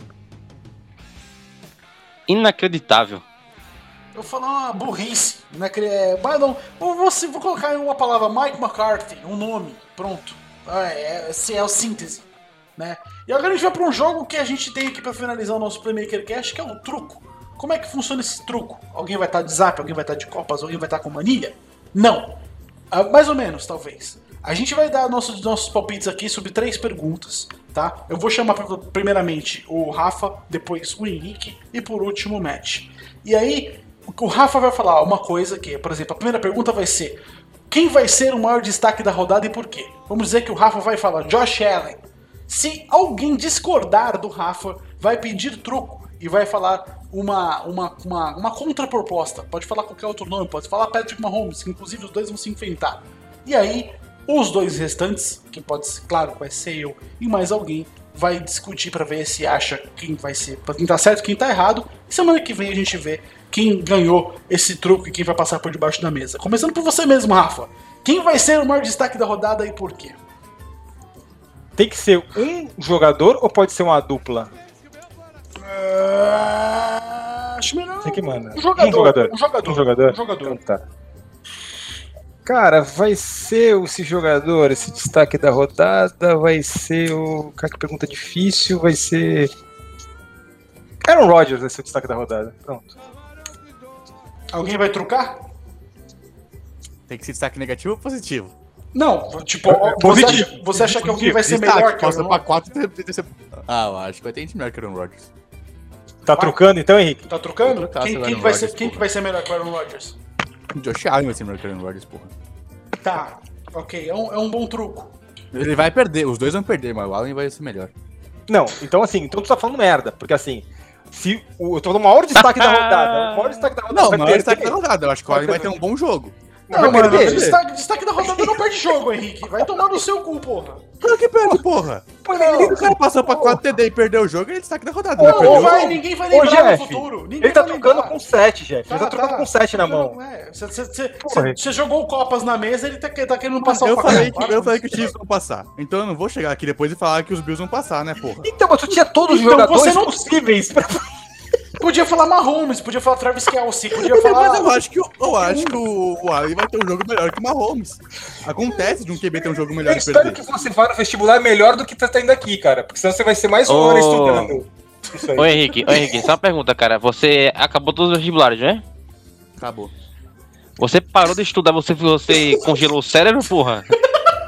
Inacreditável. Eu vou falar uma burrice. Vou colocar uma palavra, Mike McCarthy, um nome, pronto. É a síntese, né? E agora a gente vai para um jogo que a gente tem aqui para finalizar o nosso Playmaker Cast, que é o truco. Como é que funciona esse truco? Alguém vai estar de zap, alguém vai estar de copas, alguém vai estar com manilha? Não. Mais ou menos, talvez. A gente vai dar nossos palpites aqui sobre 3 perguntas, tá? Eu vou chamar primeiramente o Rafa, depois o Henrique e por último o Matt. E aí, o Rafa vai falar uma coisa que, por exemplo, a primeira pergunta vai ser: quem vai ser o maior destaque da rodada e por quê? Vamos dizer que o Rafa vai falar Josh Allen. Se alguém discordar do Rafa, vai pedir truco e vai falar uma contraproposta. Pode falar qualquer outro nome, pode falar Patrick Mahomes, que inclusive os dois vão se enfrentar. E aí, os 2 restantes, que pode ser, claro, vai ser eu e mais alguém, vai discutir pra ver se acha quem vai ser, quem tá certo e quem tá errado. E semana que vem a gente vê quem ganhou esse truco e quem vai passar por debaixo da mesa. Começando por você mesmo, Rafa. Quem vai ser o maior destaque da rodada e por quê? Tem que ser um jogador ou pode ser uma dupla? Acho melhor. Você que manda. Um jogador. Então tá. Cara, vai ser esse jogador, esse destaque da rodada, vai ser o... Cara, que pergunta difícil, vai ser... Aaron Rodgers vai ser o destaque da rodada. Pronto. Alguém vai trucar? Tem que ser destaque negativo ou positivo? Não, tipo, positivo. você acha que alguém vai ser Destaque, melhor que passa Aaron pra Rodgers? 4 eu acho que vai ter gente melhor que o Aaron Rodgers. Tá trocando então, Henrique? Tá trocando? Vou trocar Quem pelo Aaron que vai ser, Rodgers, quem que porra. vai ser melhor que o Aaron Rodgers? Josh Allen vai ser melhor que o Aaron Rodgers, porra. Tá, ok, é um bom truco. Ele vai perder, os dois vão perder, mas o Allen vai ser melhor. Não, então assim, então tu tá falando merda, porque assim, eu tô falando o maior destaque da rodada, o maior destaque da rodada Não, vai não é perder. destaque da rodada, eu acho que o Allen vai ter um bom jogo. Não, vai mano, perder. destaque da rodada não perde jogo, Henrique. Vai tomar no seu cu, porra. Claro que perde, porra. O cara passou pra 4 TD e perdeu o jogo, ele é destaque da rodada. Não, Não perdeu o jogo. ninguém vai Ô, lembrar no Jeff, futuro. Ninguém ele tá vai trocando lembrar. com 7, Jeff. Ele tá trocando com 7 na mão. Porra. Você jogou copas na mesa, ele tá querendo passar Eu o falei placar. que os Chiefs vão passar. Então eu não vou chegar aqui depois e falar que os Bills vão passar, né, porra? Então, mas tu tinha todos os Então, jogadores você não- possíveis pra... Podia falar Mahomes, podia falar Travis Kelce, podia Mas falar... eu acho que o Allen vai ter um jogo melhor que o Mahomes. Acontece de um QB ter um jogo melhor Eu e espero perder. que você vá no vestibular melhor do que tá indo aqui, cara. Porque senão você vai ser mais um ano estudando. Isso aí. Ô Henrique, só uma pergunta, cara. Você acabou todos os vestibulares, né? Acabou. Você parou de estudar, você congelou o cérebro, porra?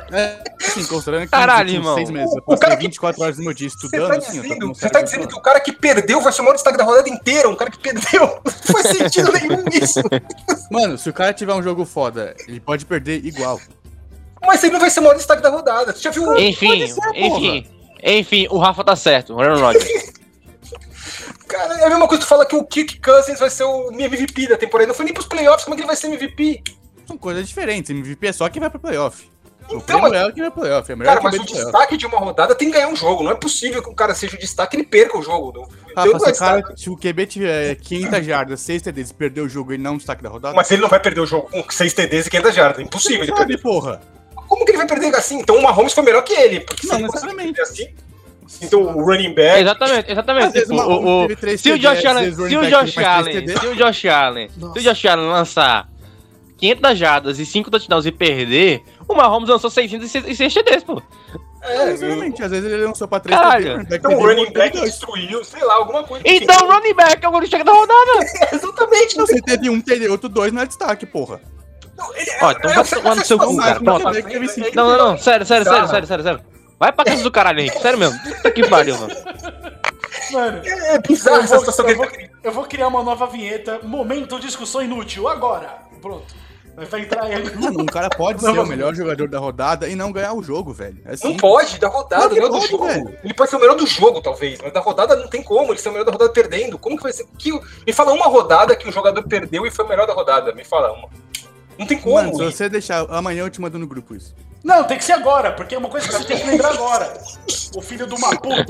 Sim, considerando que Caralho, nos últimos irmão. 6 meses eu O passei cara que- 24 horas do meu dia Você estudando, tá assim, eu tô dizendo, com você tá dizendo que o cara que perdeu vai ser o maior destaque da rodada inteira, um cara que perdeu. Não faz sentido nenhum isso. Mano, se o cara tiver um jogo foda, ele pode perder igual. Mas ele não vai ser o maior destaque da rodada. Você já viu? Enfim, o Rafa tá certo. O Aaron Rodgers. Cara, é a mesma coisa que tu fala que o Kirk Cousins vai ser o MVP da temporada. Não foi nem pros playoffs, como é que ele vai ser MVP? São coisas diferentes. MVP é só quem vai pro playoff. O Então, prêmio é o que vai pro playoff. É melhor cara, que mas o o playoff. destaque de uma rodada tem que ganhar um jogo. Não é possível que o cara seja o destaque e ele perca o jogo. Rafa, Não é se o QB tiver 500 jardas, 6 TDs e perder o jogo e não é um destaque da rodada, Mas ele não vai perder o jogo com 6 TDs e 500 jardas. É impossível ele sabe, perder. porra. Como que ele vai perder assim? Então o Mahomes foi melhor que ele. Porque se Não ele conseguir necessariamente. perder assim, então o running back... Exatamente. Às vezes Tipo, o Mahomes teve três se o TDs, Josh às Allen, vezes o se o running back Josh teve mais Allen, três TDs. se o Josh Allen lançar 500 jardas e 5 touchdowns e perder, o Mahomes lançou 606 TDs, pô. Não, necessariamente. Às vezes ele lançou pra 3 Caralho. Então o running back destruiu, sei lá, alguma coisa. Então o running back é o destaque da rodada. Exatamente. Não Você teve um TD, outro 2 não é destaque, porra. Ó, então vai tomar no seu cu, cara. Pronto. Não. Sério. Vai pra casa do caralho, Henrique. Sério mesmo. Puta que pariu, mano. Mano, É bizarro essa situação que ele tá criando. eu vou criar uma nova vinheta. Momento discussão inútil. Agora. Pronto. Vai entrar aí. Mano, um cara pode Não, ser o mas- melhor jogador da rodada e não ganhar o jogo, velho. É Não simples. pode, da rodada, Claro que não é do pode, jogo. velho. Ele pode ser o melhor do jogo, talvez, mas da rodada não tem como ele ser o melhor da rodada perdendo. Como que vai ser? Me fala uma rodada que um jogador perdeu e foi o melhor da rodada. Me fala uma. Não tem como. Mano, se você deixar, amanhã eu te mando no grupo isso. Não, tem que ser agora, porque é uma coisa que você tem que lembrar agora. O filho de uma puta.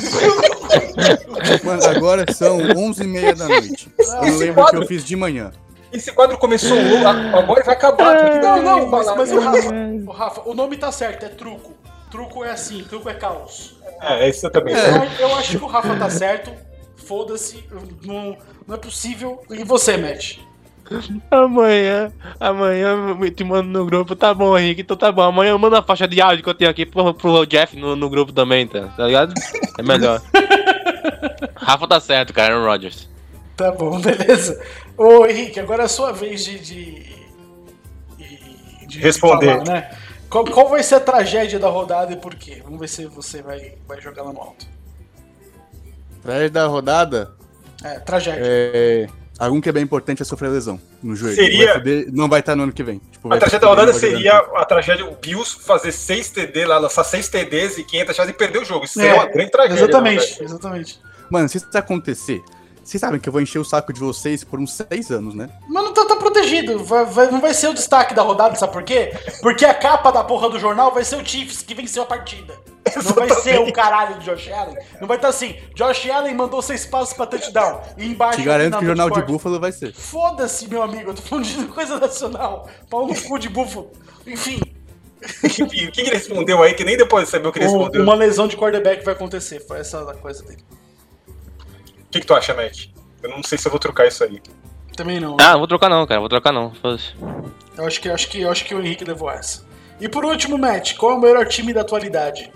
Mano, agora são 11h30 da noite. Eu não lembro o que eu fiz de manhã. Esse quadro começou agora e vai acabar. porque Não, mas o né? Rafa, o nome tá certo, é truco. Truco é assim, truco é caos. É isso também. Eu acho que o Rafa tá certo. Foda-se, não é possível. E você, Matt? Amanhã eu te mando no grupo. Tá bom, Henrique, então tá bom. Amanhã eu mando a faixa de áudio que eu tenho aqui pro Jeff no grupo também, tá ligado? É melhor. Rafa tá certo, cara, Aaron Rodgers. Tá bom, beleza. Ô, Henrique, agora é a sua vez de Responder. falar, né? Qual vai ser a tragédia da rodada e por quê? Vamos ver se você vai jogar lá no alto. Atrás da rodada, Tragédia. algum que é bem importante é sofrer lesão no joelho. Seria- Não vai estar no ano que vem. Tipo, A vai tragédia da fuder, rodada não vai seria jogar. a tragédia, o Bills fazer 6 TD lá, lançar 6 TDs e 500 chances e perder o jogo. Isso seria uma grande tragédia. Exatamente, né? exatamente. Mano, se isso acontecer, vocês sabem que eu vou encher o saco de vocês por uns 6 anos, né? Mas não tá protegido. Não vai ser o destaque da rodada, sabe por quê? Porque a capa da porra do jornal vai ser o Chiefs que venceu a partida. Não vai ser o caralho do Josh Allen. Não vai estar assim, Josh Allen mandou 6 passos pra touchdown. E embaixo... Te garanto na que o jornal de Esporte. Buffalo vai ser. Foda-se, meu amigo. Eu tô falando de coisa nacional. Pau no cu de Buffalo. Enfim, Enfim, o que ele respondeu aí, que nem depois de saber o que ele respondeu. uma lesão de quarterback vai acontecer. Foi essa a coisa dele. O que tu acha, Matt? Eu não sei se eu vou trocar isso aí. Também não. Ah, não vou trocar não, cara. Vou trocar não. Foda-se. Eu acho que o Henrique levou essa. E por último, Matt, qual é o melhor time da atualidade?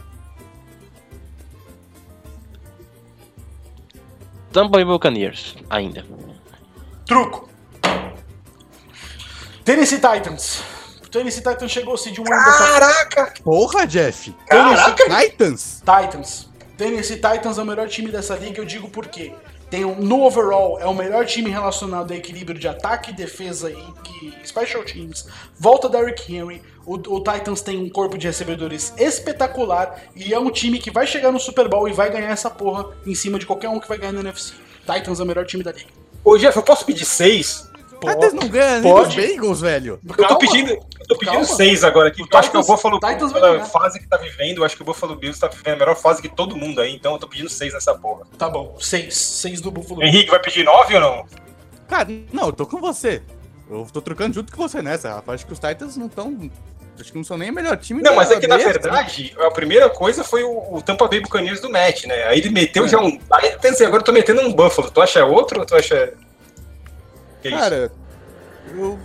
Tampa Bay Buccaneers, ainda. Truco. Tennessee Titans. O Tennessee Titans chegou-se de um ano dessa... Caraca! Porra, Jeff! Caraca! Titans! Titans. Tennessee Titans é o melhor time dessa liga, eu digo por quê. No overall, é o melhor time relacionado a equilíbrio de ataque, defesa e special teams. Volta Derrick Henry. O Titans tem um corpo de recebedores espetacular e é um time que vai chegar no Super Bowl e vai ganhar essa porra em cima de qualquer um que vai ganhar na NFC. Titans é o melhor time da liga. Ô, Jeff, eu posso pedir 6? Titans não ganha nem Pode. dos Bengals, velho. Eu tô pedindo calma. 6 agora aqui. Eu acho que o Buffalo Titans vai pela ganhar. fase que tá vivendo, eu acho que o Buffalo Bills tá vivendo a melhor fase que todo mundo aí, então eu tô pedindo 6 nessa porra. Tá bom, 6 do Buffalo. Henrique, vai pedir 9 ou não? Cara, não, eu tô com você. Eu tô trocando junto com você nessa, Rafa. Acho que os Titans não estão. Acho que não são nem o melhor time. Não, mas é que na da AFC. verdade, a primeira coisa foi o Tampa Bay Buccaneers do Matt, né? Aí ele meteu já um. Aí pensei, agora eu tô metendo um Buffalo. Tu acha outro ou tu acha. Que isso? Cara, eu.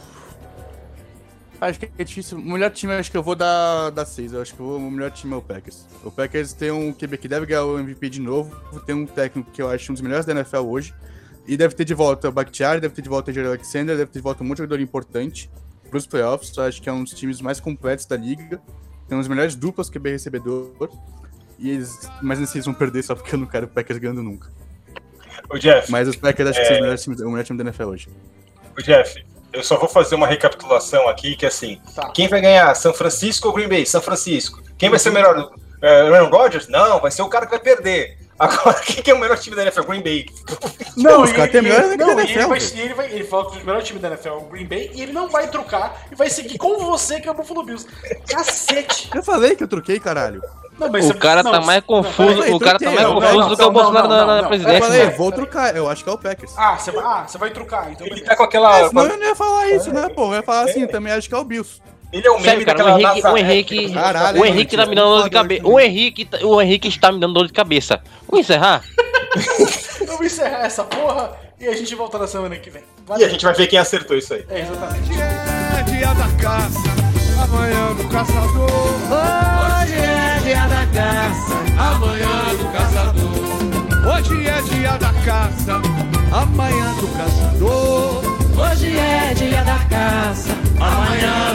Acho que é difícil. O melhor time eu acho que eu vou dar 6. Eu acho que o melhor time é o Packers. O Packers tem um QB que deve ganhar o MVP de novo. Tem um técnico que eu acho um dos melhores da NFL hoje. E deve ter de volta o Bakhtiari, deve ter de volta o Jared Alexander, deve ter de volta um monte de jogador importante pros playoffs. Eu acho que é um dos times mais completos da liga. Tem uns melhores duplas QB recebedor. Mas eles vão perder só porque eu não quero o Packers ganhando nunca. O Jeff. Mas os Packers acho que são o melhor time da NFL hoje. O Jeff, eu só vou fazer uma recapitulação aqui, que assim, Tá. quem vai ganhar? São Francisco ou Green Bay? São Francisco. Quem vai ser o melhor? Aaron Rodgers? Não, vai ser o cara que vai perder. Agora, quem que é o melhor time da NFL? Green Bay. Não, os caras têm melhor que a NFL, ele falou que o melhor time da NFL é o Green Bay e ele não vai trocar e vai seguir com você, que é o Buffalo Bills. Cacete! Eu falei que eu troquei, caralho. Não, mas O cara tá mais confuso, o cara tá mais confuso do que o Bolsonaro na Eu presidência. falei, né? vou trocar, eu acho que é o Packers. Você vai trocar, então Ele beleza. tá com aquela. Senão eu não ia falar isso, né, pô? Eu ia falar assim, também acho que é o Bills. Ele é o meme Sério, cara, daquela. Caralho, o Henrique tá me dando dor de cabeça. O Henrique está me dando dor de cabeça. Vamos encerrar? Vamos encerrar essa porra e a gente volta na semana que vem. E Valeu. a gente vai ver quem acertou isso aí. É, exatamente. É dia da caça, amanhã do caçador. Hoje é dia da caça, amanhã do caçador. Hoje é dia da caça, amanhã do caçador. Hoje é dia da caça, amanhã